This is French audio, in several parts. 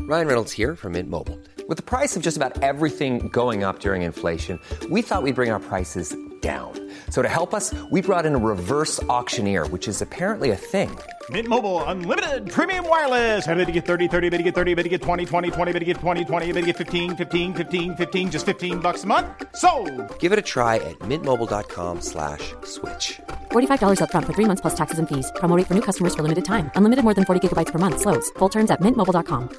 Ryan Reynolds here from Mint Mobile. With the price of just about everything going up during inflation, we thought we'd bring our prices down. So to help us, we brought in a reverse auctioneer, which is apparently a thing. Mint Mobile Unlimited Premium Wireless. How to get 30, 30, bit to get 30, bit to get 20, 20, 20, bit to get 20, 20, bit to get 15, 15, 15, 15, just $15 a month? Sold! Give it a try at mintmobile.com/switch. $45 up front for 3 months plus taxes and fees. Promo rate for new customers for limited time. Unlimited more than 40 gigabytes per month. Slows full terms at mintmobile.com.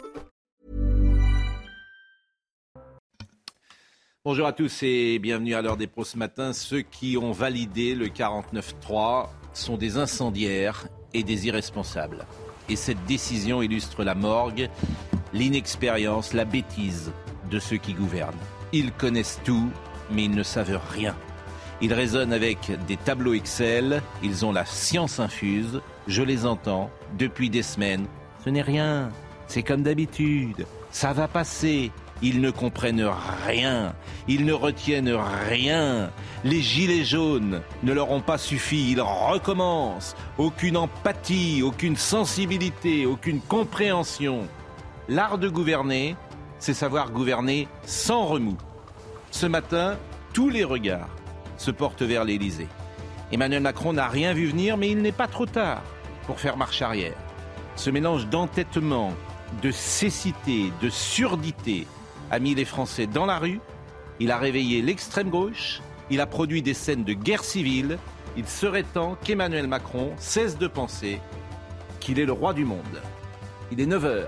Bonjour à tous et bienvenue à l'heure des pros ce matin. Ceux qui ont validé le 49.3 sont des incendiaires et des irresponsables. Et cette décision illustre la morgue, l'inexpérience, la bêtise de ceux qui gouvernent. Ils connaissent tout, mais ils ne savent rien. Ils raisonnent avec des tableaux Excel, ils ont la science infuse. Je les entends depuis des semaines. Ce n'est rien, c'est comme d'habitude, ça va passer. Ils ne comprennent rien, ils ne retiennent rien. Les gilets jaunes ne leur ont pas suffi, ils recommencent. Aucune empathie, aucune sensibilité, aucune compréhension. L'art de gouverner, c'est savoir gouverner sans remous. Ce matin, tous les regards se portent vers l'Élysée. Emmanuel Macron n'a rien vu venir, mais il n'est pas trop tard pour faire marche arrière. Ce mélange d'entêtement, de cécité, de surdité a mis les Français dans la rue, il a réveillé l'extrême gauche, il a produit des scènes de guerre civile. Il serait temps qu'Emmanuel Macron cesse de penser qu'il est le roi du monde. Il est 9h.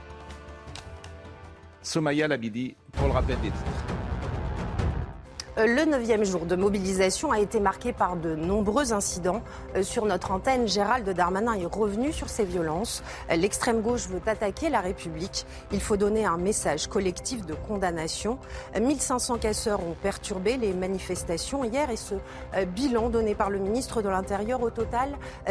Somaya Labidi pour le rappel des titres. Le 9e jour de mobilisation a été marqué par de nombreux incidents. Sur notre antenne, Gérald Darmanin est revenu sur ces violences. L'extrême gauche veut attaquer la République. Il faut donner un message collectif de condamnation. 1500 casseurs ont perturbé les manifestations hier et ce bilan donné par le ministre de l'Intérieur, au total,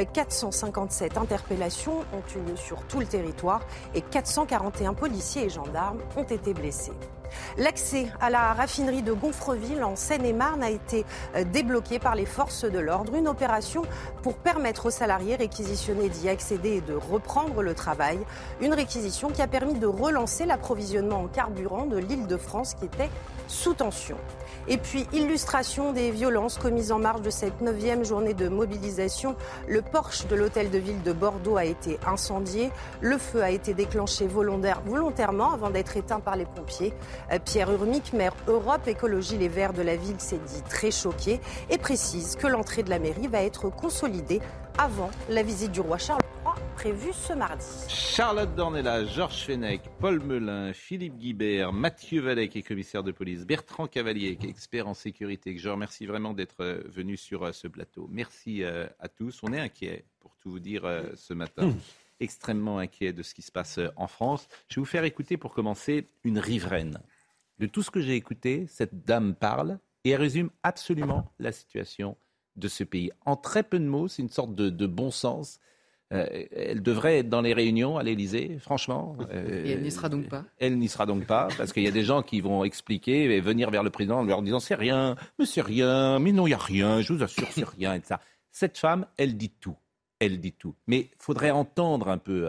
457 interpellations ont eu lieu sur tout le territoire et 441 policiers et gendarmes ont été blessés. L'accès à la raffinerie de Gonfreville en Seine-et-Marne a été débloqué par les forces de l'ordre. Une opération pour permettre aux salariés réquisitionnés d'y accéder et de reprendre le travail. Une réquisition qui a permis de relancer l'approvisionnement en carburant de l'Île-de-France qui était sous tension. Et puis, illustration des violences commises en marge de cette 9e journée de mobilisation. Le Porsche de l'hôtel de ville de Bordeaux a été incendié. Le feu a été déclenché volontairement avant d'être éteint par les pompiers. Pierre Urmic, maire Europe Écologie Les Verts de la ville, s'est dit très choqué et précise que l'entrée de la mairie va être consolidée avant la visite du roi Charles III prévue ce mardi. Charlotte Dornelas, Georges Fenech, Paul Melun, Philippe Guibert, Mathieu Vallet qui est commissaire de police, Bertrand Cavalier qui est expert en sécurité, que je remercie vraiment d'être venu sur ce plateau. Merci à tous. On est inquiets, pour tout vous dire, ce matin. Extrêmement inquiets de ce qui se passe en France. Je vais vous faire écouter pour commencer une riveraine. De tout ce que j'ai écouté, cette dame parle et elle résume absolument la situation de ce pays. En très peu de mots, c'est une sorte de bon sens. Elle devrait être dans les réunions à l'Élysée, franchement. Et elle n'y sera donc pas. Elle n'y sera donc pas, parce qu'il y a des gens qui vont expliquer et venir vers le président en leur disant « c'est rien, mais non, il n'y a rien, je vous assure, c'est rien ». Et ça. Cette femme, elle dit tout. Elle dit tout. Mais il faudrait entendre un peu...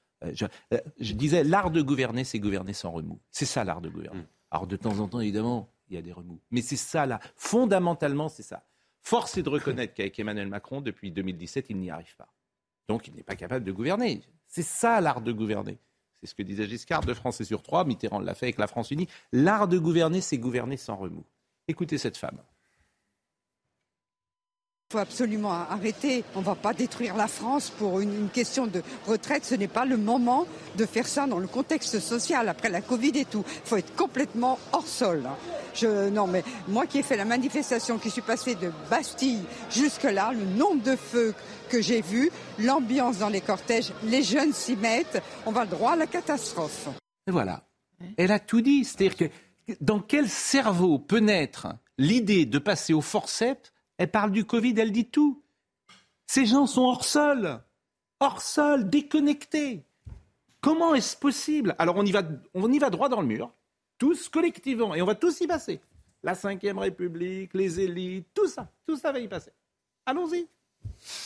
je disais, l'art de gouverner, c'est gouverner sans remous. C'est ça, l'art de gouverner. Alors, de temps en temps, évidemment, il y a des remous. Mais c'est ça, là. Fondamentalement, c'est ça. Force est de reconnaître qu'avec Emmanuel Macron, depuis 2017, il n'y arrive pas. Donc, il n'est pas capable de gouverner. C'est ça, l'art de gouverner. C'est ce que disait Giscard, 2 Français sur 3. Mitterrand l'a fait avec la France unie. L'art de gouverner, c'est gouverner sans remous. Écoutez cette femme. Il faut absolument arrêter. On ne va pas détruire la France pour une question de retraite. Ce n'est pas le moment de faire ça dans le contexte social, après la Covid et tout. Il faut être complètement hors sol. Non, mais moi qui ai fait la manifestation, qui suis passée de Bastille jusque-là, le nombre de feux que j'ai vus, l'ambiance dans les cortèges, les jeunes s'y mettent, on va droit à la catastrophe. Et voilà. Elle a tout dit. C'est-à-dire que dans quel cerveau peut naître l'idée de passer au forceps? Elle parle du Covid, elle dit tout. Ces gens sont hors sol, déconnectés. Comment est-ce possible? Alors on y va droit dans le mur, tous collectivement, et on va tous y passer. La Ve République, les élites, tout ça va y passer. Allons-y.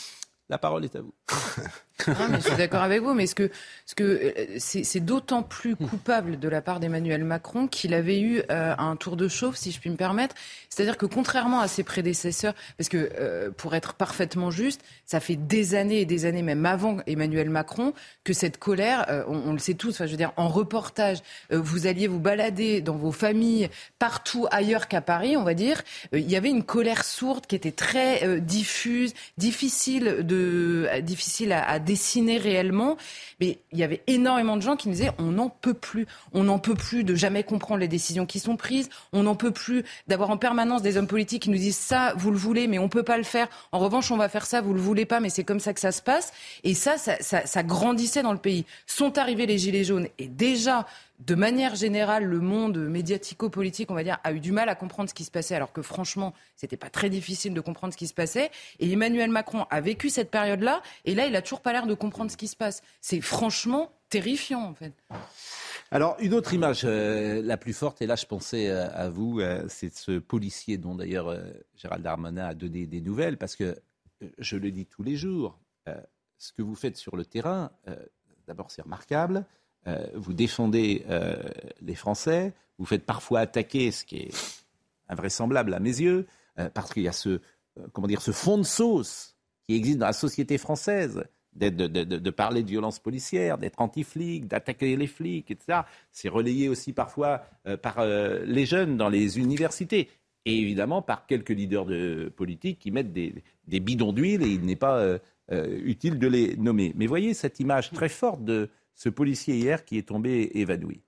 la parole est à vous. Non, mais je suis d'accord avec vous, mais c'est d'autant plus coupable de la part d'Emmanuel Macron qu'il avait eu un tour de chauffe, si je puis me permettre. C'est-à-dire que contrairement à ses prédécesseurs, parce que pour être parfaitement juste, ça fait des années et des années, même avant Emmanuel Macron, que cette colère, on le sait tous, enfin, je veux dire, en reportage, vous alliez vous balader dans vos familles, partout ailleurs qu'à Paris, on va dire, il y avait une colère sourde qui était très diffuse, difficile à dessiner réellement, mais il y avait énormément de gens qui nous disaient on n'en peut plus de jamais comprendre les décisions qui sont prises, on n'en peut plus d'avoir en permanence des hommes politiques qui nous disent ça vous le voulez mais on peut pas le faire, en revanche on va faire ça, vous le voulez pas mais c'est comme ça que ça se passe, et ça grandissait dans le pays. Sont arrivés les gilets jaunes et déjà de manière générale, le monde médiatico-politique, on va dire, a eu du mal à comprendre ce qui se passait, alors que franchement, c'était pas très difficile de comprendre ce qui se passait. Et Emmanuel Macron a vécu cette période-là, et là, il a toujours pas l'air de comprendre ce qui se passe. C'est franchement terrifiant, en fait. Alors, une autre image la plus forte, et là, je pensais à vous, c'est ce policier dont, d'ailleurs, Gérald Darmanin a donné des nouvelles, parce que, je le dis tous les jours, ce que vous faites sur le terrain, d'abord, c'est remarquable. Vous défendez les Français, vous faites parfois attaquer, ce qui est invraisemblable à mes yeux, parce qu'il y a ce fond de sauce qui existe dans la société française, de parler de violence policière, d'être anti-flic, d'attaquer les flics, etc. C'est relayé aussi parfois par les jeunes dans les universités, et évidemment par quelques leaders politiques qui mettent des bidons d'huile, et il n'est pas utile de les nommer. Mais voyez cette image très forte de ce policier hier qui est tombé évanoui.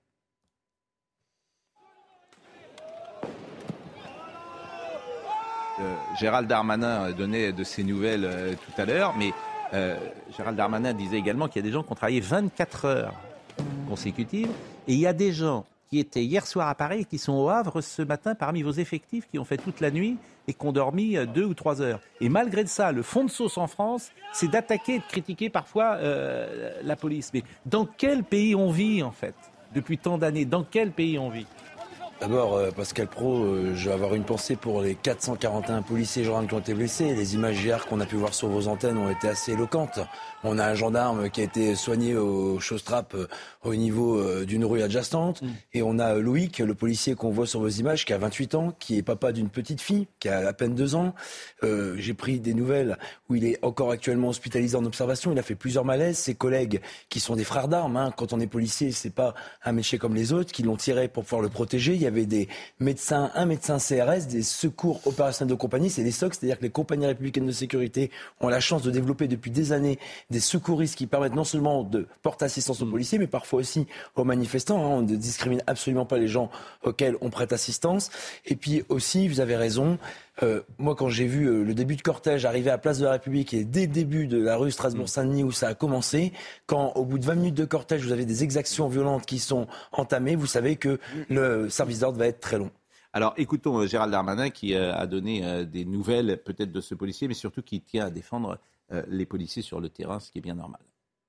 Gérald Darmanin donnait de ses nouvelles tout à l'heure, mais Gérald Darmanin disait également qu'il y a des gens qui ont travaillé 24 heures consécutives, et il y a des gens qui étaient hier soir à Paris et qui sont au Havre ce matin parmi vos effectifs, qui ont fait toute la nuit et qui ont dormi 2 ou 3 heures. Et malgré ça, le fond de sauce en France, c'est d'attaquer et de critiquer parfois la police. Mais dans quel pays on vit, en fait, depuis tant d'années? Dans quel pays on vit? D'abord, Pascal Praud, je vais avoir une pensée pour les 441 policiers et gendarmes qui ont été blessés. Les images hier qu'on a pu voir sur vos antennes ont été assez éloquentes. On a un gendarme qui a été soigné au Chaustrap au niveau d'une rue adjacente. Et on a Loïc, le policier qu'on voit sur vos images, qui a 28 ans, qui est papa d'une petite fille, qui a à peine 2 ans. J'ai pris des nouvelles où il est encore actuellement hospitalisé en observation. Il a fait plusieurs malaises. Ses collègues, qui sont des frères d'armes, quand on est policier, c'est pas un métier comme les autres, qui l'ont tiré pour pouvoir le protéger. Il y avait des médecins, un médecin CRS, des secours opérationnels de compagnie, c'est les SOC, c'est-à-dire que les compagnies républicaines de sécurité ont la chance de développer depuis des années des secouristes qui permettent non seulement de porter assistance aux policiers, mais parfois aussi aux manifestants. On ne discrimine absolument pas les gens auxquels on prête assistance. Et puis aussi, vous avez raison, moi quand j'ai vu le début de cortège arriver à Place de la République, et dès le début de la rue Strasbourg-Saint-Denis où ça a commencé, quand au bout de 20 minutes de cortège, vous avez des exactions violentes qui sont entamées, vous savez que le service d'ordre va être très long. Alors écoutons Gérald Darmanin qui a donné des nouvelles peut-être de ce policier, mais surtout qui tient à défendre les policiers sur le terrain, ce qui est bien normal.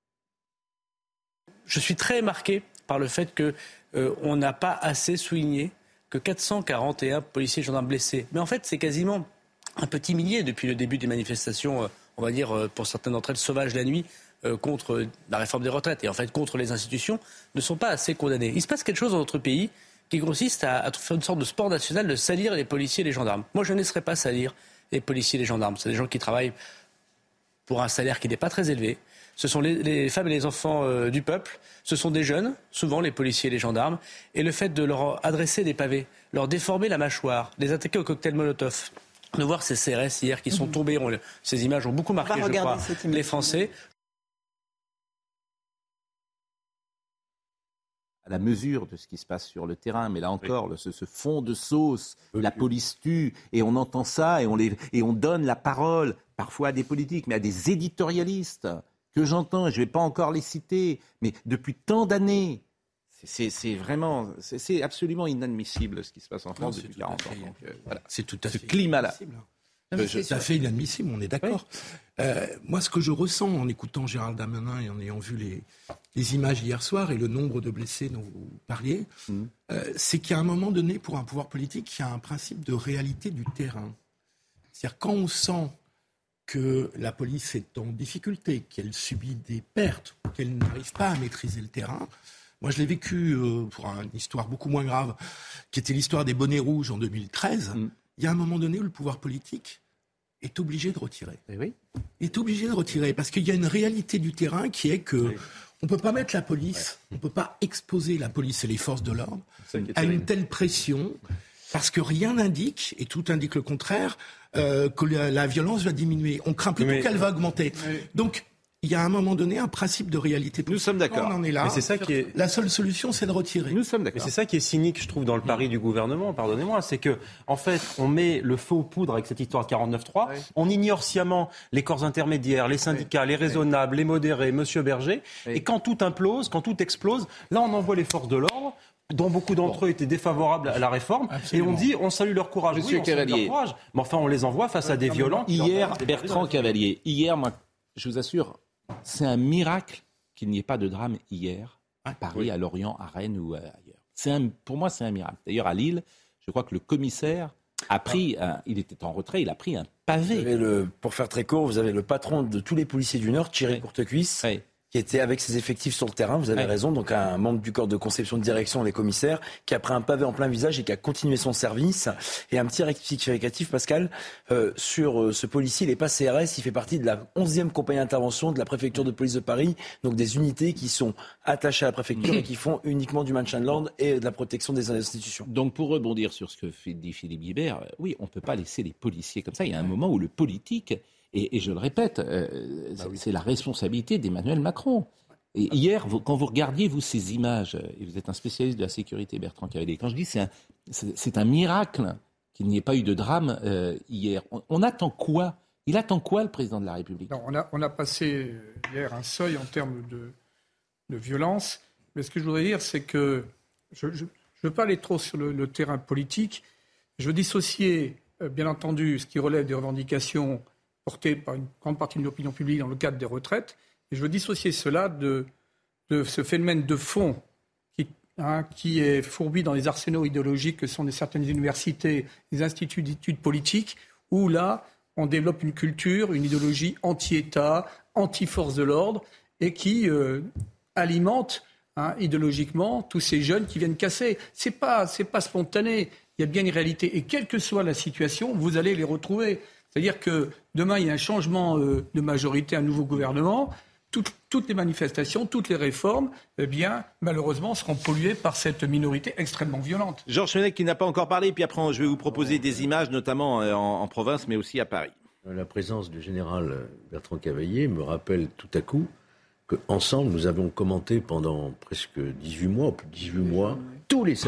Je suis très marqué par le fait qu'on n'a pas assez souligné que 441 policiers et gendarmes blessés. Mais en fait, c'est quasiment un petit millier depuis le début des manifestations, on va dire pour certaines d'entre elles sauvages la nuit, contre la réforme des retraites et en fait contre les institutions, ne sont pas assez condamnés. Il se passe quelque chose dans notre pays qui consiste à faire une sorte de sport national de salir les policiers et les gendarmes. Moi, je ne laisserai pas salir les policiers et les gendarmes. C'est des gens qui travaillent pour un salaire qui n'est pas très élevé. Ce sont les femmes et les enfants du peuple. Ce sont des jeunes, souvent les policiers et les gendarmes. Et le fait de leur adresser des pavés, leur déformer la mâchoire, les attaquer au cocktail Molotov, de voir ces CRS hier qui sont tombés, ces images ont beaucoup marqué, je crois, les Français. À la mesure de ce qui se passe sur le terrain, mais là encore, ce fond de sauce, la police tue, et on entend ça, et on donne la parole, parfois à des politiques, mais à des éditorialistes, que j'entends, je ne vais pas encore les citer, mais depuis tant d'années, c'est absolument inadmissible ce qui se passe en France depuis 40 ans. Donc, voilà. C'est tout à fait ce climat-là. C'est tout à fait inadmissible, on est d'accord. Oui. Moi, ce que je ressens en écoutant Gérald Darmanin et en ayant vu les images hier soir et le nombre de blessés dont vous parliez, c'est qu'à un moment donné, pour un pouvoir politique, il y a un principe de réalité du terrain. C'est-à-dire quand on sent que la police est en difficulté, qu'elle subit des pertes, qu'elle n'arrive pas à maîtriser le terrain. Moi, je l'ai vécu pour une histoire beaucoup moins grave, qui était l'histoire des bonnets rouges en 2013. Il y a un moment donné où le pouvoir politique est obligé de retirer. Il est obligé de retirer, parce qu'il y a une réalité du terrain qui est que on ne peut pas mettre la police, on ne peut pas exposer la police et les forces de l'ordre à une telle pression, parce que rien n'indique, et tout indique le contraire, que la violence va diminuer. On craint plutôt qu'elle va augmenter. Donc, il y a à un moment donné un principe de réalité. Nous sommes d'accord. On en est là. Mais c'est ça qui est... La seule solution, c'est de retirer. Nous sommes d'accord. Mais c'est ça qui est cynique, je trouve, dans le pari du gouvernement, pardonnez-moi, c'est que, en fait, on met le feu aux poudres avec cette histoire 49.3, on ignore sciemment les corps intermédiaires, les syndicats, les raisonnables, les modérés, Monsieur Berger, et quand tout implose, quand tout explose, là, on envoie les forces de l'ordre, dont beaucoup d'entre eux étaient défavorables à la réforme, et on dit, on salue leur courage. Monsieur Cavalier. Mais enfin, on les envoie face à des violents. Hier, Bertrand Cavalier, moi, je vous assure, c'est un miracle qu'il n'y ait pas de drame hier à Paris, à Lorient, à Rennes ou ailleurs. Pour moi, c'est un miracle. D'ailleurs, à Lille, je crois que le commissaire a pris, il était en retrait, il a pris un pavé. Pour faire très court, vous avez le patron de tous les policiers du Nord, Thierry Courtecuisse, qui était avec ses effectifs sur le terrain, vous avez raison, donc un membre du corps de conception de direction, les commissaires, qui a pris un pavé en plein visage et qui a continué son service. Et un petit rectificatif, Pascal, sur ce policier, il n'est pas CRS, il fait partie de la 11e compagnie d'intervention de la préfecture de police de Paris, donc des unités qui sont attachées à la préfecture et qui font uniquement du maintien de l'ordre et de la protection des institutions. Donc pour rebondir sur ce que dit Philippe Guibert, oui, on ne peut pas laisser les policiers comme ça. Il y a un moment où le politique... Et je le répète, c'est la responsabilité d'Emmanuel Macron. Et hier, quand vous regardiez, ces images, et vous êtes un spécialiste de la sécurité, Bertrand Cavalier, quand je dis c'est un miracle qu'il n'y ait pas eu de drame hier. On attend quoi ? Il attend quoi, le président de la République ? Non, on a passé hier un seuil en termes de violence. Mais ce que je voudrais dire, c'est que je ne veux pas aller trop sur le terrain politique. Je veux dissocier, bien entendu, ce qui relève des revendications porté par une grande partie de l'opinion publique dans le cadre des retraites. Et je veux dissocier cela de ce phénomène de fond qui est fourbi dans les arsenaux idéologiques que sont certaines universités, les instituts d'études politiques, où là, on développe une culture, une idéologie anti-État, anti-force de l'ordre, et qui alimente idéologiquement tous ces jeunes qui viennent casser. C'est pas spontané. Il y a bien une réalité. Et quelle que soit la situation, vous allez les retrouver. C'est-à-dire que demain, il y a un changement de majorité, un nouveau gouvernement. Toutes les manifestations, toutes les réformes, malheureusement, seront polluées par cette minorité extrêmement violente. Georges Fenech qui n'a pas encore parlé, puis après, je vais vous proposer des images, notamment en province, mais aussi à Paris. La présence du général Bertrand Cavalier me rappelle tout à coup qu'ensemble, nous avons commenté pendant presque 18 mois, plus de 18 mois, tous les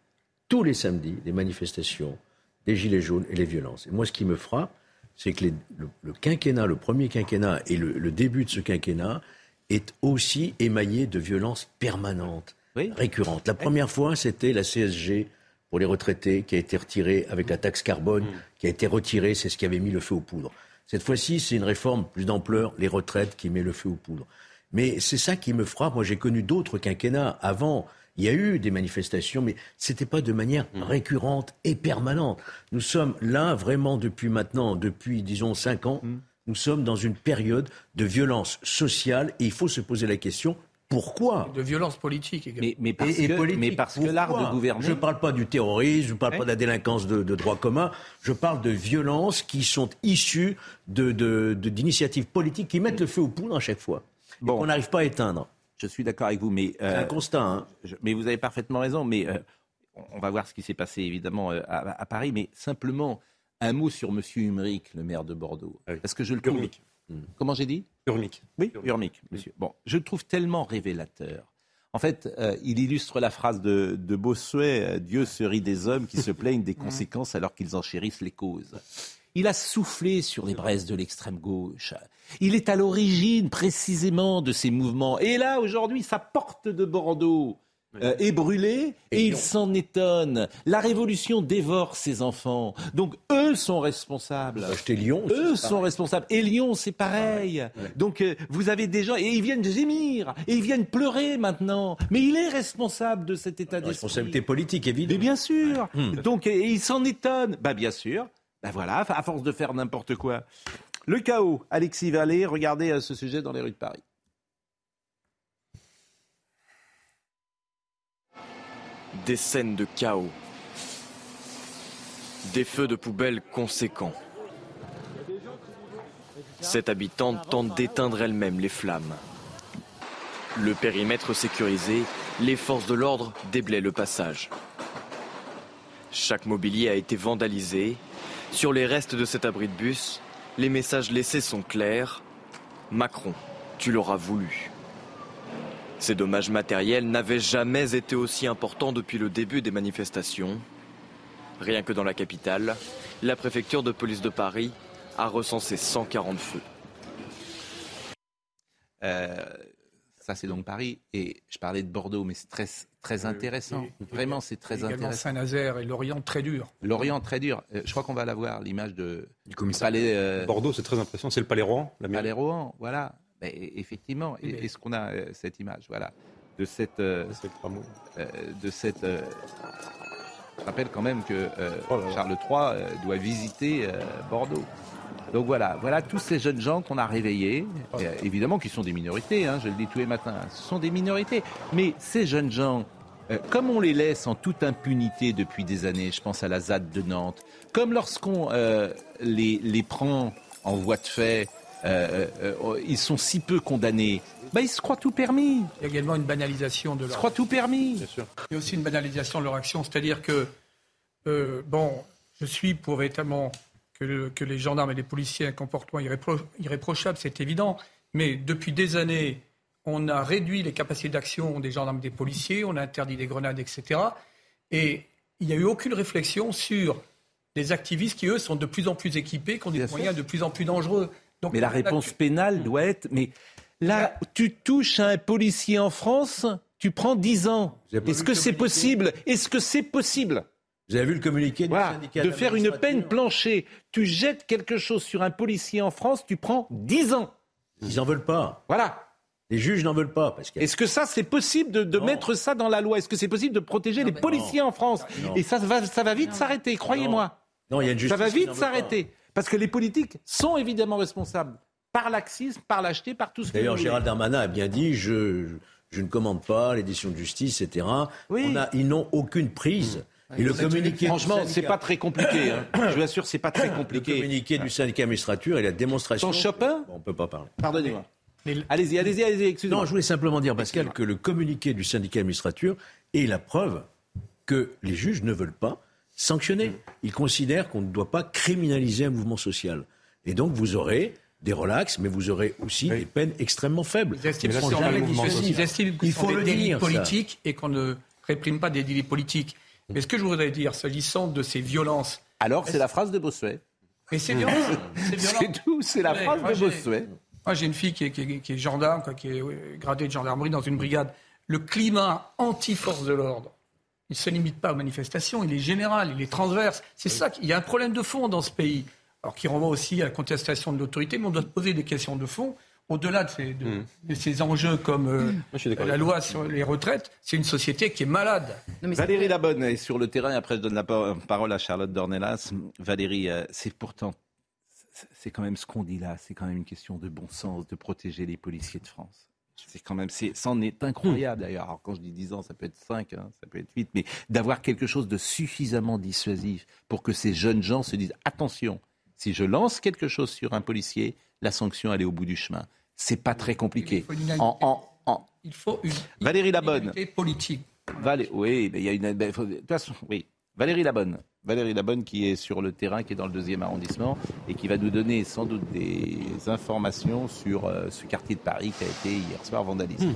samedis, les manifestations, les gilets jaunes et les violences. Et moi, ce qui me frappe, c'est que le quinquennat, le premier quinquennat et le début de ce quinquennat est aussi émaillé de violences permanentes, récurrentes. La première fois, c'était la CSG pour les retraités qui a été retirée avec la taxe carbone, qui a été retirée, c'est ce qui avait mis le feu aux poudres. Cette fois-ci, c'est une réforme plus d'ampleur, les retraites, qui met le feu aux poudres. Mais c'est ça qui me frappe. Moi, j'ai connu d'autres quinquennats avant. Il y a eu des manifestations, mais ce n'était pas de manière récurrente et permanente. Nous sommes là vraiment depuis disons 5 ans, nous sommes dans une période de violence sociale et il faut se poser la question, pourquoi ? De violence politique également. Mais parce que l'art de gouverner... Je ne parle pas du terrorisme, je ne parle pas de la délinquance de droit commun, je parle de violences qui sont issues d'initiatives politiques qui mettent le feu aux poudres à chaque fois, qu'on n'arrive pas à éteindre. Je suis d'accord avec vous, mais... c'est un constat. Mais vous avez parfaitement raison, mais on va voir ce qui s'est passé, évidemment, à Paris. Mais simplement, un mot sur M. Urmic, le maire de Bordeaux. Parce que je le trouve... Urmic. Comment j'ai dit ? Urmic. Oui, Urmic, monsieur. Bon, je le trouve tellement révélateur. En fait, il illustre la phrase de Bossuet, « Dieu se rit des hommes qui se plaignent des conséquences alors qu'ils en chérissent les causes ». Il a soufflé sur les braises de l'extrême gauche. Il est à l'origine précisément de ces mouvements. Et là, aujourd'hui, sa porte de Bordeaux est brûlée et il s'en étonne. La révolution dévore ses enfants. Donc, eux sont responsables. Lyon. Eux sont responsables. Et Lyon, c'est pareil. Donc, vous avez des gens... Et ils viennent gémir. Et ils viennent pleurer maintenant. Mais il est responsable de cet état d'esprit. Responsabilité politique, évidemment. Mais bien sûr. Donc, et il s'en étonne. Bien sûr. Voilà, à force de faire n'importe quoi. Le chaos, Alexis Vallée, regardez ce sujet dans les rues de Paris. Des scènes de chaos. Des feux de poubelle conséquents. Cette habitante tente d'éteindre elle-même les flammes. Le périmètre sécurisé, les forces de l'ordre déblaient le passage. Chaque mobilier a été vandalisé. Sur les restes de cet abri de bus, les messages laissés sont clairs. Macron, tu l'auras voulu. Ces dommages matériels n'avaient jamais été aussi importants depuis le début des manifestations. Rien que dans la capitale, la préfecture de police de Paris a recensé 140 feux. Ça, c'est donc Paris. Et je parlais de Bordeaux, mais c'est très intéressant. Vraiment, c'est très intéressant. Saint-Nazaire et Lorient, très dur. Lorient, très dur. Je crois qu'on va la voir, l'image du commissariat. Bordeaux, c'est très impressionnant. C'est le Palais Rohan. Palais Rohan, voilà. Mais effectivement, est-ce qu'on a cette image, voilà, de cette, je rappelle quand même que Charles III doit visiter Bordeaux. Donc voilà tous ces jeunes gens qu'on a réveillés, évidemment qui sont des minorités, je le dis tous les matins, ce sont des minorités. Mais ces jeunes gens, comme on les laisse en toute impunité depuis des années, je pense à la ZAD de Nantes, comme lorsqu'on les prend en voie de fait, ils sont si peu condamnés, ils se croient tout permis. Il y a également une banalisation de leur... Ils se croient tout permis. Bien sûr. Il y a aussi une banalisation de leur action, c'est-à-dire que, je suis pour véritablement que les gendarmes et les policiers aient un comportement irréprochable, c'est évident, mais depuis des années, on a réduit les capacités d'action des gendarmes et des policiers, on a interdit des grenades, etc. Et il n'y a eu aucune réflexion sur les activistes qui, eux, sont de plus en plus équipés, qui ont des moyens de plus en plus dangereux. Donc, mais la réponse pénale doit être... Mais là, tu touches à un policier en France, tu prends 10 ans. Est-ce que c'est possible ? Est-ce que c'est possible ? Vous avez vu le communiqué du syndicat de faire une peine planchée. Tu jettes quelque chose sur un policier en France, tu prends 10 ans. Ils n'en veulent pas. Voilà. Les juges n'en veulent pas. Est-ce que ça, c'est possible de mettre ça dans la loi ? Est-ce que c'est possible de protéger les policiers en France ? Et ça va vite s'arrêter, croyez-moi. Non, il y a une justice. Ça va vite s'arrêter. Parce que les politiques sont évidemment responsables. Par laxisme, par lâcheté, par tout ce que D'ailleurs, Gérald Darmanin a bien dit, je ne commande pas les décisions de justice, etc. Oui. Ils n'ont aucune prise. Et le communiqué franchement, c'est pas très compliqué. Je vous assure, c'est pas très compliqué. Le communiqué du syndicat magistrature et la démonstration... Ton Chopin ? On peut pas parler. Pardonnez-moi. Allez-y, excusez-moi. Non, je voulais simplement dire, Pascal, que le communiqué du syndicat magistrature est la preuve que les juges ne veulent pas sanctionner. Ils considèrent qu'on ne doit pas criminaliser un mouvement social. Et donc, vous aurez des relax, mais vous aurez aussi des peines extrêmement faibles. Ils estiment qu'ils sont des délits politiques et qu'on ne réprime pas des délits politiques. Mais ce que je voudrais dire, s'agissant de ces violences... Alors, c'est la phrase de Bossuet. Mais c'est violent. C'est tout, c'est la phrase de Bossuet. Moi, j'ai une fille qui est gendarme, qui est gradée de gendarmerie dans une brigade. Le climat anti-force de l'ordre, il ne se limite pas aux manifestations, il est général, il est transverse. C'est ça, il y a un problème de fond dans ce pays, alors qui renvoie aussi à la contestation de l'autorité, mais on doit se poser des questions de fond. Au-delà de ces enjeux comme la loi sur les retraites, c'est une société qui est malade. Valérie Labonne est sur le terrain, et après je donne la parole à Charlotte Dornelas. Valérie, c'est quand même ce qu'on dit là, c'est quand même une question de bon sens, de protéger les policiers de France. C'en est incroyable d'ailleurs. Alors quand je dis 10 ans, ça peut être 5, ça peut être 8, mais d'avoir quelque chose de suffisamment dissuasif pour que ces jeunes gens se disent attention, si je lance quelque chose sur un policier, la sanction elle est au bout du chemin. C'est pas très compliqué. Il faut une Valérie Labonne politique. Oui, mais il y a une. De toute façon, oui. Valérie Labonne qui est sur le terrain, qui est dans le 2e arrondissement et qui va nous donner sans doute des informations sur ce quartier de Paris qui a été hier soir vandalisé.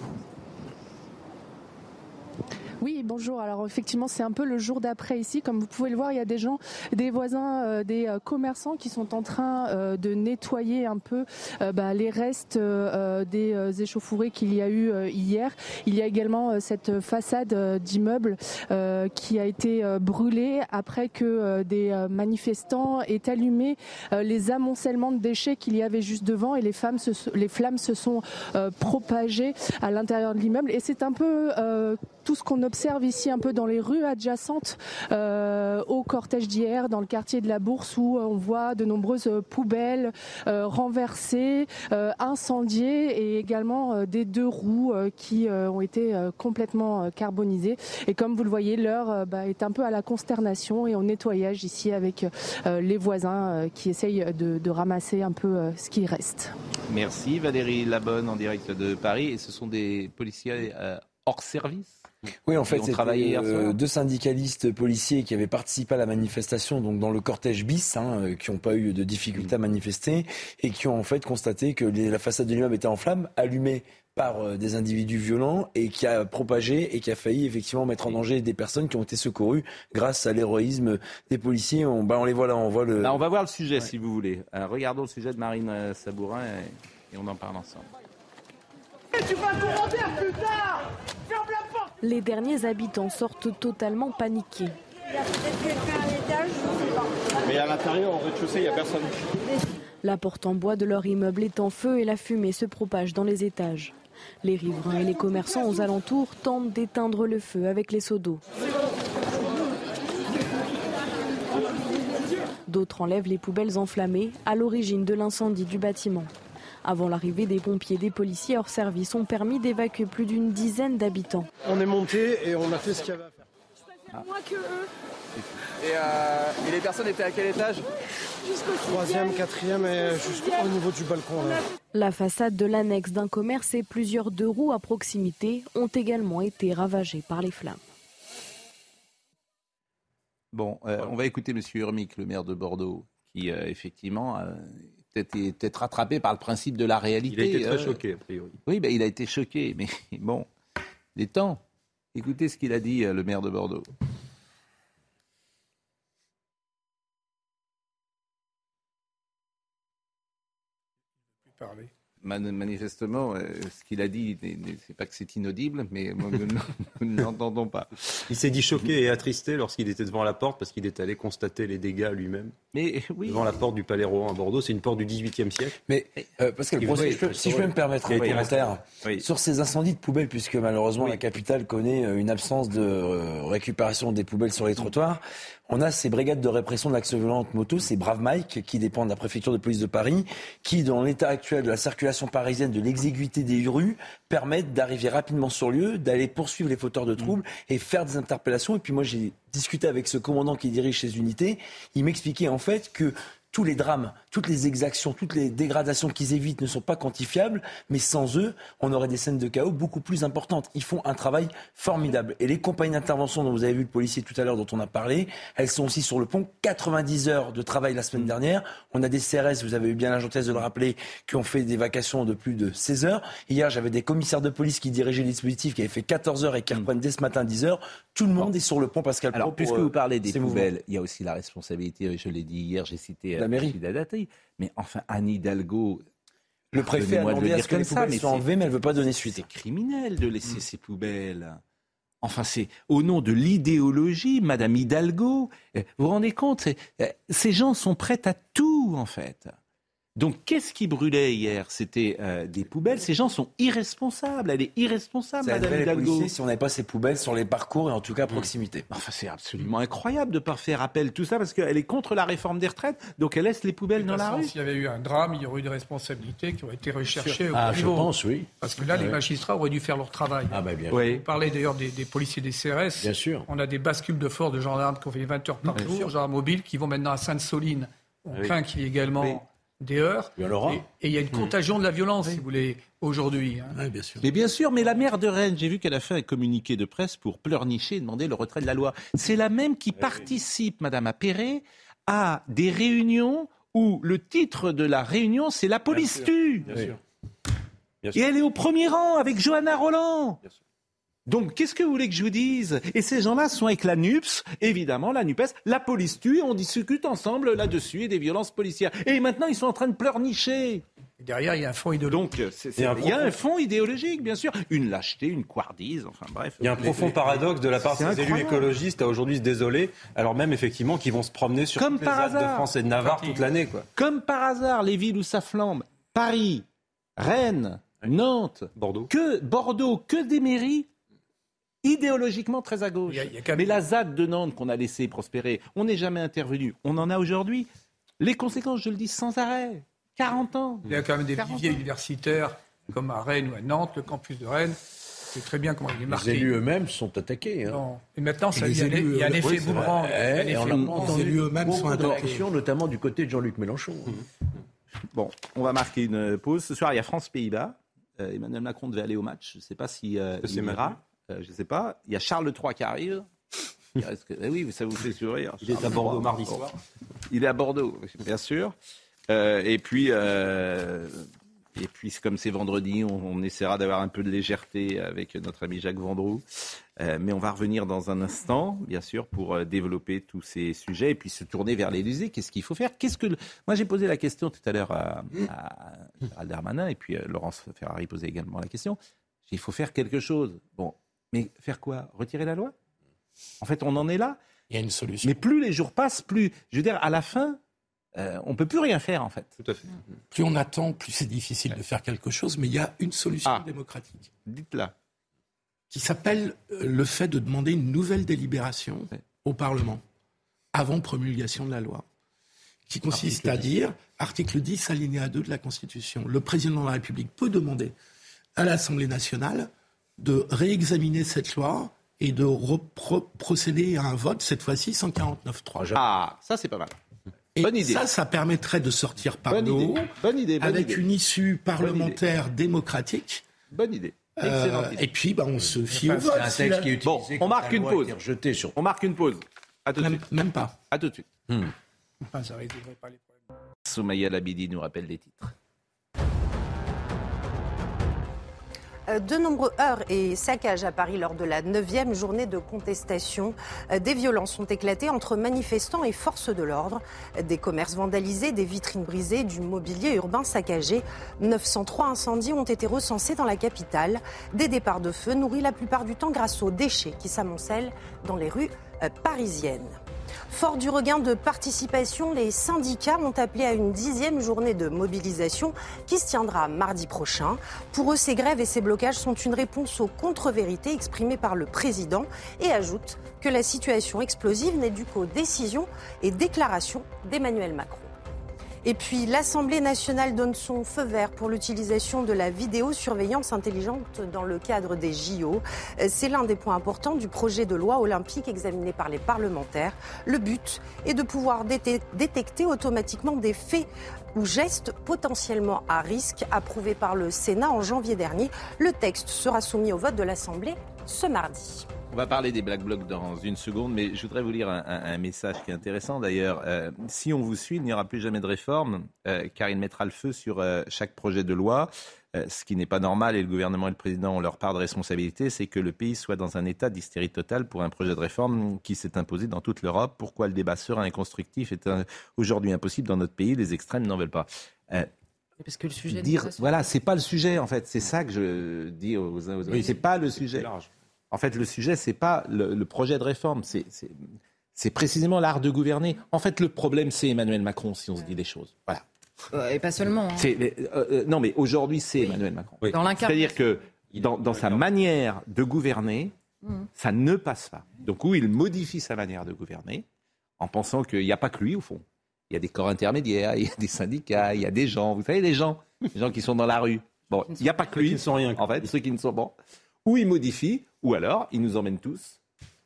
Oui, bonjour. Alors effectivement, c'est un peu le jour d'après ici. Comme vous pouvez le voir, il y a des gens, des voisins, des commerçants qui sont en train de nettoyer un peu les restes des échauffourées qu'il y a eu hier. Il y a également cette façade d'immeuble qui a été brûlée après que des manifestants aient allumé les amoncellements de déchets qu'il y avait juste devant et les flammes se sont propagées à l'intérieur de l'immeuble. Et c'est un peu tout ce qu'on observe ici un peu dans les rues adjacentes au cortège d'hier, dans le quartier de la Bourse, où on voit de nombreuses poubelles renversées, incendiées, et également des 2 roues qui ont été complètement carbonisées. Et comme vous le voyez, l'heure est un peu à la consternation et au nettoyage ici avec les voisins qui essayent de ramasser un peu ce qui reste. Merci Valérie Labonne en direct de Paris. Et ce sont des policiers hors service ? Oui, en fait, c'était 2 syndicalistes policiers qui avaient participé à la manifestation, donc dans le cortège bis, qui n'ont pas eu de difficulté à manifester et qui ont en fait constaté que la façade de l'immeuble était en flammes, allumée par des individus violents et qui a propagé et qui a failli effectivement mettre en danger des personnes qui ont été secourues grâce à l'héroïsme des policiers. On les voit là, on voit le... on va voir le sujet si vous voulez. Regardons le sujet de Marine Sabourin et on en parle ensemble. Tu vas commentaire plus tard. Ferme la porte. Les derniers habitants sortent totalement paniqués. Il y a peut-être quelqu'un à l'étage, je ne sais pas. Mais à l'intérieur, au rez-de-chaussée, il n'y a personne. La porte en bois de leur immeuble est en feu et la fumée se propage dans les étages. Les riverains et les commerçants aux alentours tentent d'éteindre le feu avec les seaux d'eau. D'autres enlèvent les poubelles enflammées à l'origine de l'incendie du bâtiment. Avant l'arrivée des pompiers, des policiers hors service ont permis d'évacuer plus d'une dizaine d'habitants. On est monté et on a fait ce qu'il y avait à faire. Moins que eux. Et les personnes étaient à quel étage ? Jusqu'au 3e, 4e et jusqu'au niveau du balcon. Là. La façade de l'annexe d'un commerce et plusieurs 2 roues à proximité ont également été ravagées par les flammes. Bon, on va écouter M. Urmic, le maire de Bordeaux, qui effectivement est peut-être rattrapé par le principe de la réalité. Il a été très choqué, a priori. Oui, il a été choqué, mais bon, les temps. Écoutez ce qu'il a dit, le maire de Bordeaux. Parler. Manifestement, ce qu'il a dit, c'est pas que c'est inaudible, mais nous ne l'entendons pas. Il s'est dit choqué et attristé lorsqu'il était devant la porte parce qu'il est allé constater les dégâts lui-même. Mais oui. Devant la porte du Palais Rohan à Bordeaux, c'est une porte du XVIIIe siècle. Mais Pascal, si je peux me permettre un commentaire sur ces incendies de poubelles, puisque malheureusement la capitale connaît une absence de récupération des poubelles sur les trottoirs. On a ces brigades de répression de l'axe violente moto, ces Braves Mike, qui dépendent de la préfecture de police de Paris, qui, dans l'état actuel de la circulation parisienne, de l'exiguïté des rues, permettent d'arriver rapidement sur lieu, d'aller poursuivre les fauteurs de troubles et faire des interpellations. Et puis moi, j'ai discuté avec ce commandant qui dirige ces unités. Il m'expliquait en fait que tous les drames, toutes les exactions, toutes les dégradations qu'ils évitent ne sont pas quantifiables, mais sans eux, on aurait des scènes de chaos beaucoup plus importantes. Ils font un travail formidable. Et les compagnies d'intervention dont vous avez vu le policier tout à l'heure, dont on a parlé, elles sont aussi sur le pont. 90 heures de travail la semaine dernière. On a des CRS, vous avez eu bien la gentillesse de le rappeler, qui ont fait des vacations de plus de 16 heures. Hier, j'avais des commissaires de police qui dirigeaient le dispositif, qui avaient fait 14 heures et qui reprennent dès ce matin 10 heures. Tout le monde est sur le pont Pascal Praud. Alors, puisque vous parlez des poubelles, il y a aussi la responsabilité, je l'ai dit hier, j'ai cité la mairie. Mais enfin, Anne Hidalgo, le préfet a demandé à ce que les poubelles soient enlevées, mais elle ne veut pas donner suite. C'est criminel de laisser ces poubelles. Enfin, c'est au nom de l'idéologie, Madame Hidalgo. Vous vous rendez compte, ces gens sont prêts à tout, en fait. Donc, qu'est-ce qui brûlait hier ? C'était des poubelles. Ces gens sont irresponsables. Elle est irresponsable, Madame Hidalgo. Si on n'avait pas ces poubelles sur les parcours et en tout cas à proximité. Enfin, c'est absolument incroyable de ne pas faire appel tout ça parce qu'elle est contre la réforme des retraites. Donc, elle laisse les poubelles dans la rue. S'il y avait eu un drame, il y aurait eu des responsabilités qui auraient été recherchées au je niveau. pense, oui. Parce que là, les magistrats auraient dû faire leur travail. Bien sûr. Vous parlez d'ailleurs des policiers des CRS. Bien sûr. On a des bascules de force de gendarmes qui ont fait 20 heures par jour, gendarmes mobiles qui vont maintenant à Sainte-Soline. On craint qu'il y ait également des heures. Et il y a une contagion de la violence, si vous voulez, aujourd'hui. Oui, bien sûr. Mais bien sûr, mais la maire de Rennes, j'ai vu qu'elle a fait un communiqué de presse pour pleurnicher et demander le retrait de la loi. C'est la même qui participe, Madame Appéré, à des réunions où le titre de la réunion, c'est « La police tue ». Bien sûr. Et elle est au premier rang avec Johanna Roland. Donc, qu'est-ce que vous voulez que je vous dise ? Et ces gens-là sont avec la NUPS, évidemment, la NUPES, la police tue, et on discute ensemble là-dessus et des violences policières. Et maintenant, ils sont en train de pleurnicher. Et derrière, il y a un fond idéologique. Donc, il y a un fond idéologique, bien sûr. Une lâcheté, une couardise, enfin bref. Il y a un profond paradoxe de la part des élus écologistes à aujourd'hui se désoler, alors même effectivement qu'ils vont se promener sur toutes les Alpes de France et de Navarre toute l'année, quoi. Comme par hasard, les villes où ça flambe, Paris, Rennes, Nantes, Bordeaux, que des mairies. idéologiquement très à gauche. Mais la ZAD de Nantes qu'on a laissé prospérer, on n'est jamais intervenu. On en a aujourd'hui. Les conséquences, je le dis sans arrêt. 40 ans. Il y a quand même des viviers universitaires comme à Rennes ou à Nantes, le campus de Rennes. C'est très bien comment il est marqué. Les élus eux-mêmes sont attaqués. Et maintenant, il y a un effet boomerang. Les élus eux-mêmes sont attaqués. Notamment du côté de Jean-Luc Mélenchon. Bon, on va marquer une pause. Ce soir, il y a France-Pays-Bas. Emmanuel Macron devait aller au match. Je ne sais pas s'il ira. Je ne sais pas. Il y a Charles III qui arrive. Oui, ça vous fait sourire. Il est à Bordeaux mardi soir. Il est à Bordeaux, bien sûr. Et puis, comme c'est vendredi, on essaiera d'avoir un peu de légèreté avec notre ami Jacques Vendroux. Mais on va revenir dans un instant, bien sûr, pour développer tous ces sujets et puis se tourner vers l'Élysée. Qu'est-ce qu'il faut faire ? Moi, j'ai posé la question tout à l'heure à Gérald Darmanin et puis Laurence Ferrari posait également la question. Il faut faire quelque chose. Bon, mais faire quoi ? Retirer la loi ? En fait, on en est là. Il y a une solution. Mais plus les jours passent, plus, je veux dire, à la fin, on ne peut plus rien faire, en fait. Tout à fait. Plus on attend, plus c'est difficile de faire quelque chose. Mais il y a une solution démocratique. Dites-la. Qui s'appelle le fait de demander une nouvelle délibération au Parlement avant promulgation de la loi. Qui consiste à dire, article 10, alinéa 2 de la Constitution, le président de la République peut demander à l'Assemblée nationale de réexaminer cette loi et de procéder à un vote, cette fois-ci, 149.3. Ah, ça c'est pas mal. Et bonne idée. Ça permettrait de sortir par le haut, avec une issue parlementaire démocratique. Bonne idée. Excellente idée. Et puis, on se fie au vote. C'est un texte qui est utilisé. On marque une pause. On marque une pause. À tout de suite. Même pas. À tout de suite. Ça résoudrait pas les problèmes. Soumaïa Labidi nous rappelle les titres. De nombreux heurts et saccages à Paris lors de la 9e journée de contestation. Des violences ont éclaté entre manifestants et forces de l'ordre. Des commerces vandalisés, des vitrines brisées, du mobilier urbain saccagé. 903 incendies ont été recensés dans la capitale. Des départs de feu nourris la plupart du temps grâce aux déchets qui s'amoncellent dans les rues parisiennes. Fort du regain de participation, les syndicats ont appelé à une 10e journée de mobilisation qui se tiendra mardi prochain. Pour eux, ces grèves et ces blocages sont une réponse aux contre-vérités exprimées par le président et ajoutent que la situation explosive n'est due qu'aux décisions et déclarations d'Emmanuel Macron. Et puis, l'Assemblée nationale donne son feu vert pour l'utilisation de la vidéosurveillance intelligente dans le cadre des JO. C'est l'un des points importants du projet de loi olympique examiné par les parlementaires. Le but est de pouvoir détecter automatiquement des faits ou gestes potentiellement à risque, approuvé par le Sénat en janvier dernier. Le texte sera soumis au vote de l'Assemblée ce mardi. On va parler des Black Blocs dans une seconde, mais je voudrais vous lire un message qui est intéressant d'ailleurs. Si on vous suit, il n'y aura plus jamais de réforme, car il mettra le feu sur chaque projet de loi. Ce qui n'est pas normal, et le gouvernement et le président ont leur part de responsabilité, c'est que le pays soit dans un état d'hystérie totale pour un projet de réforme qui s'est imposé dans toute l'Europe. Pourquoi le débat serein et constructif est aujourd'hui impossible dans notre pays ? Les extrêmes n'en veulent pas. Parce que le sujet voilà, c'est pas le sujet en fait. C'est ça que je dis aux uns aux autres. Oui, c'est pas le sujet. En fait, le sujet, c'est pas le projet de réforme, c'est précisément l'art de gouverner. En fait, le problème, c'est Emmanuel Macron, si on se dit les choses. Voilà. Et pas seulement. Non, mais aujourd'hui, c'est Emmanuel Macron. Oui. C'est-à-dire que dans sa manière de gouverner, ça ne passe pas. Donc, où il modifie sa manière de gouverner, en pensant qu'il n'y a pas que lui, au fond. Il y a des corps intermédiaires, il y a des syndicats, il y a des gens, vous savez, les gens qui sont dans la rue. Bon, il n'y a pas que lui, en fait, ceux qui ne sont pas. Ou il modifie, ou alors il nous emmène tous.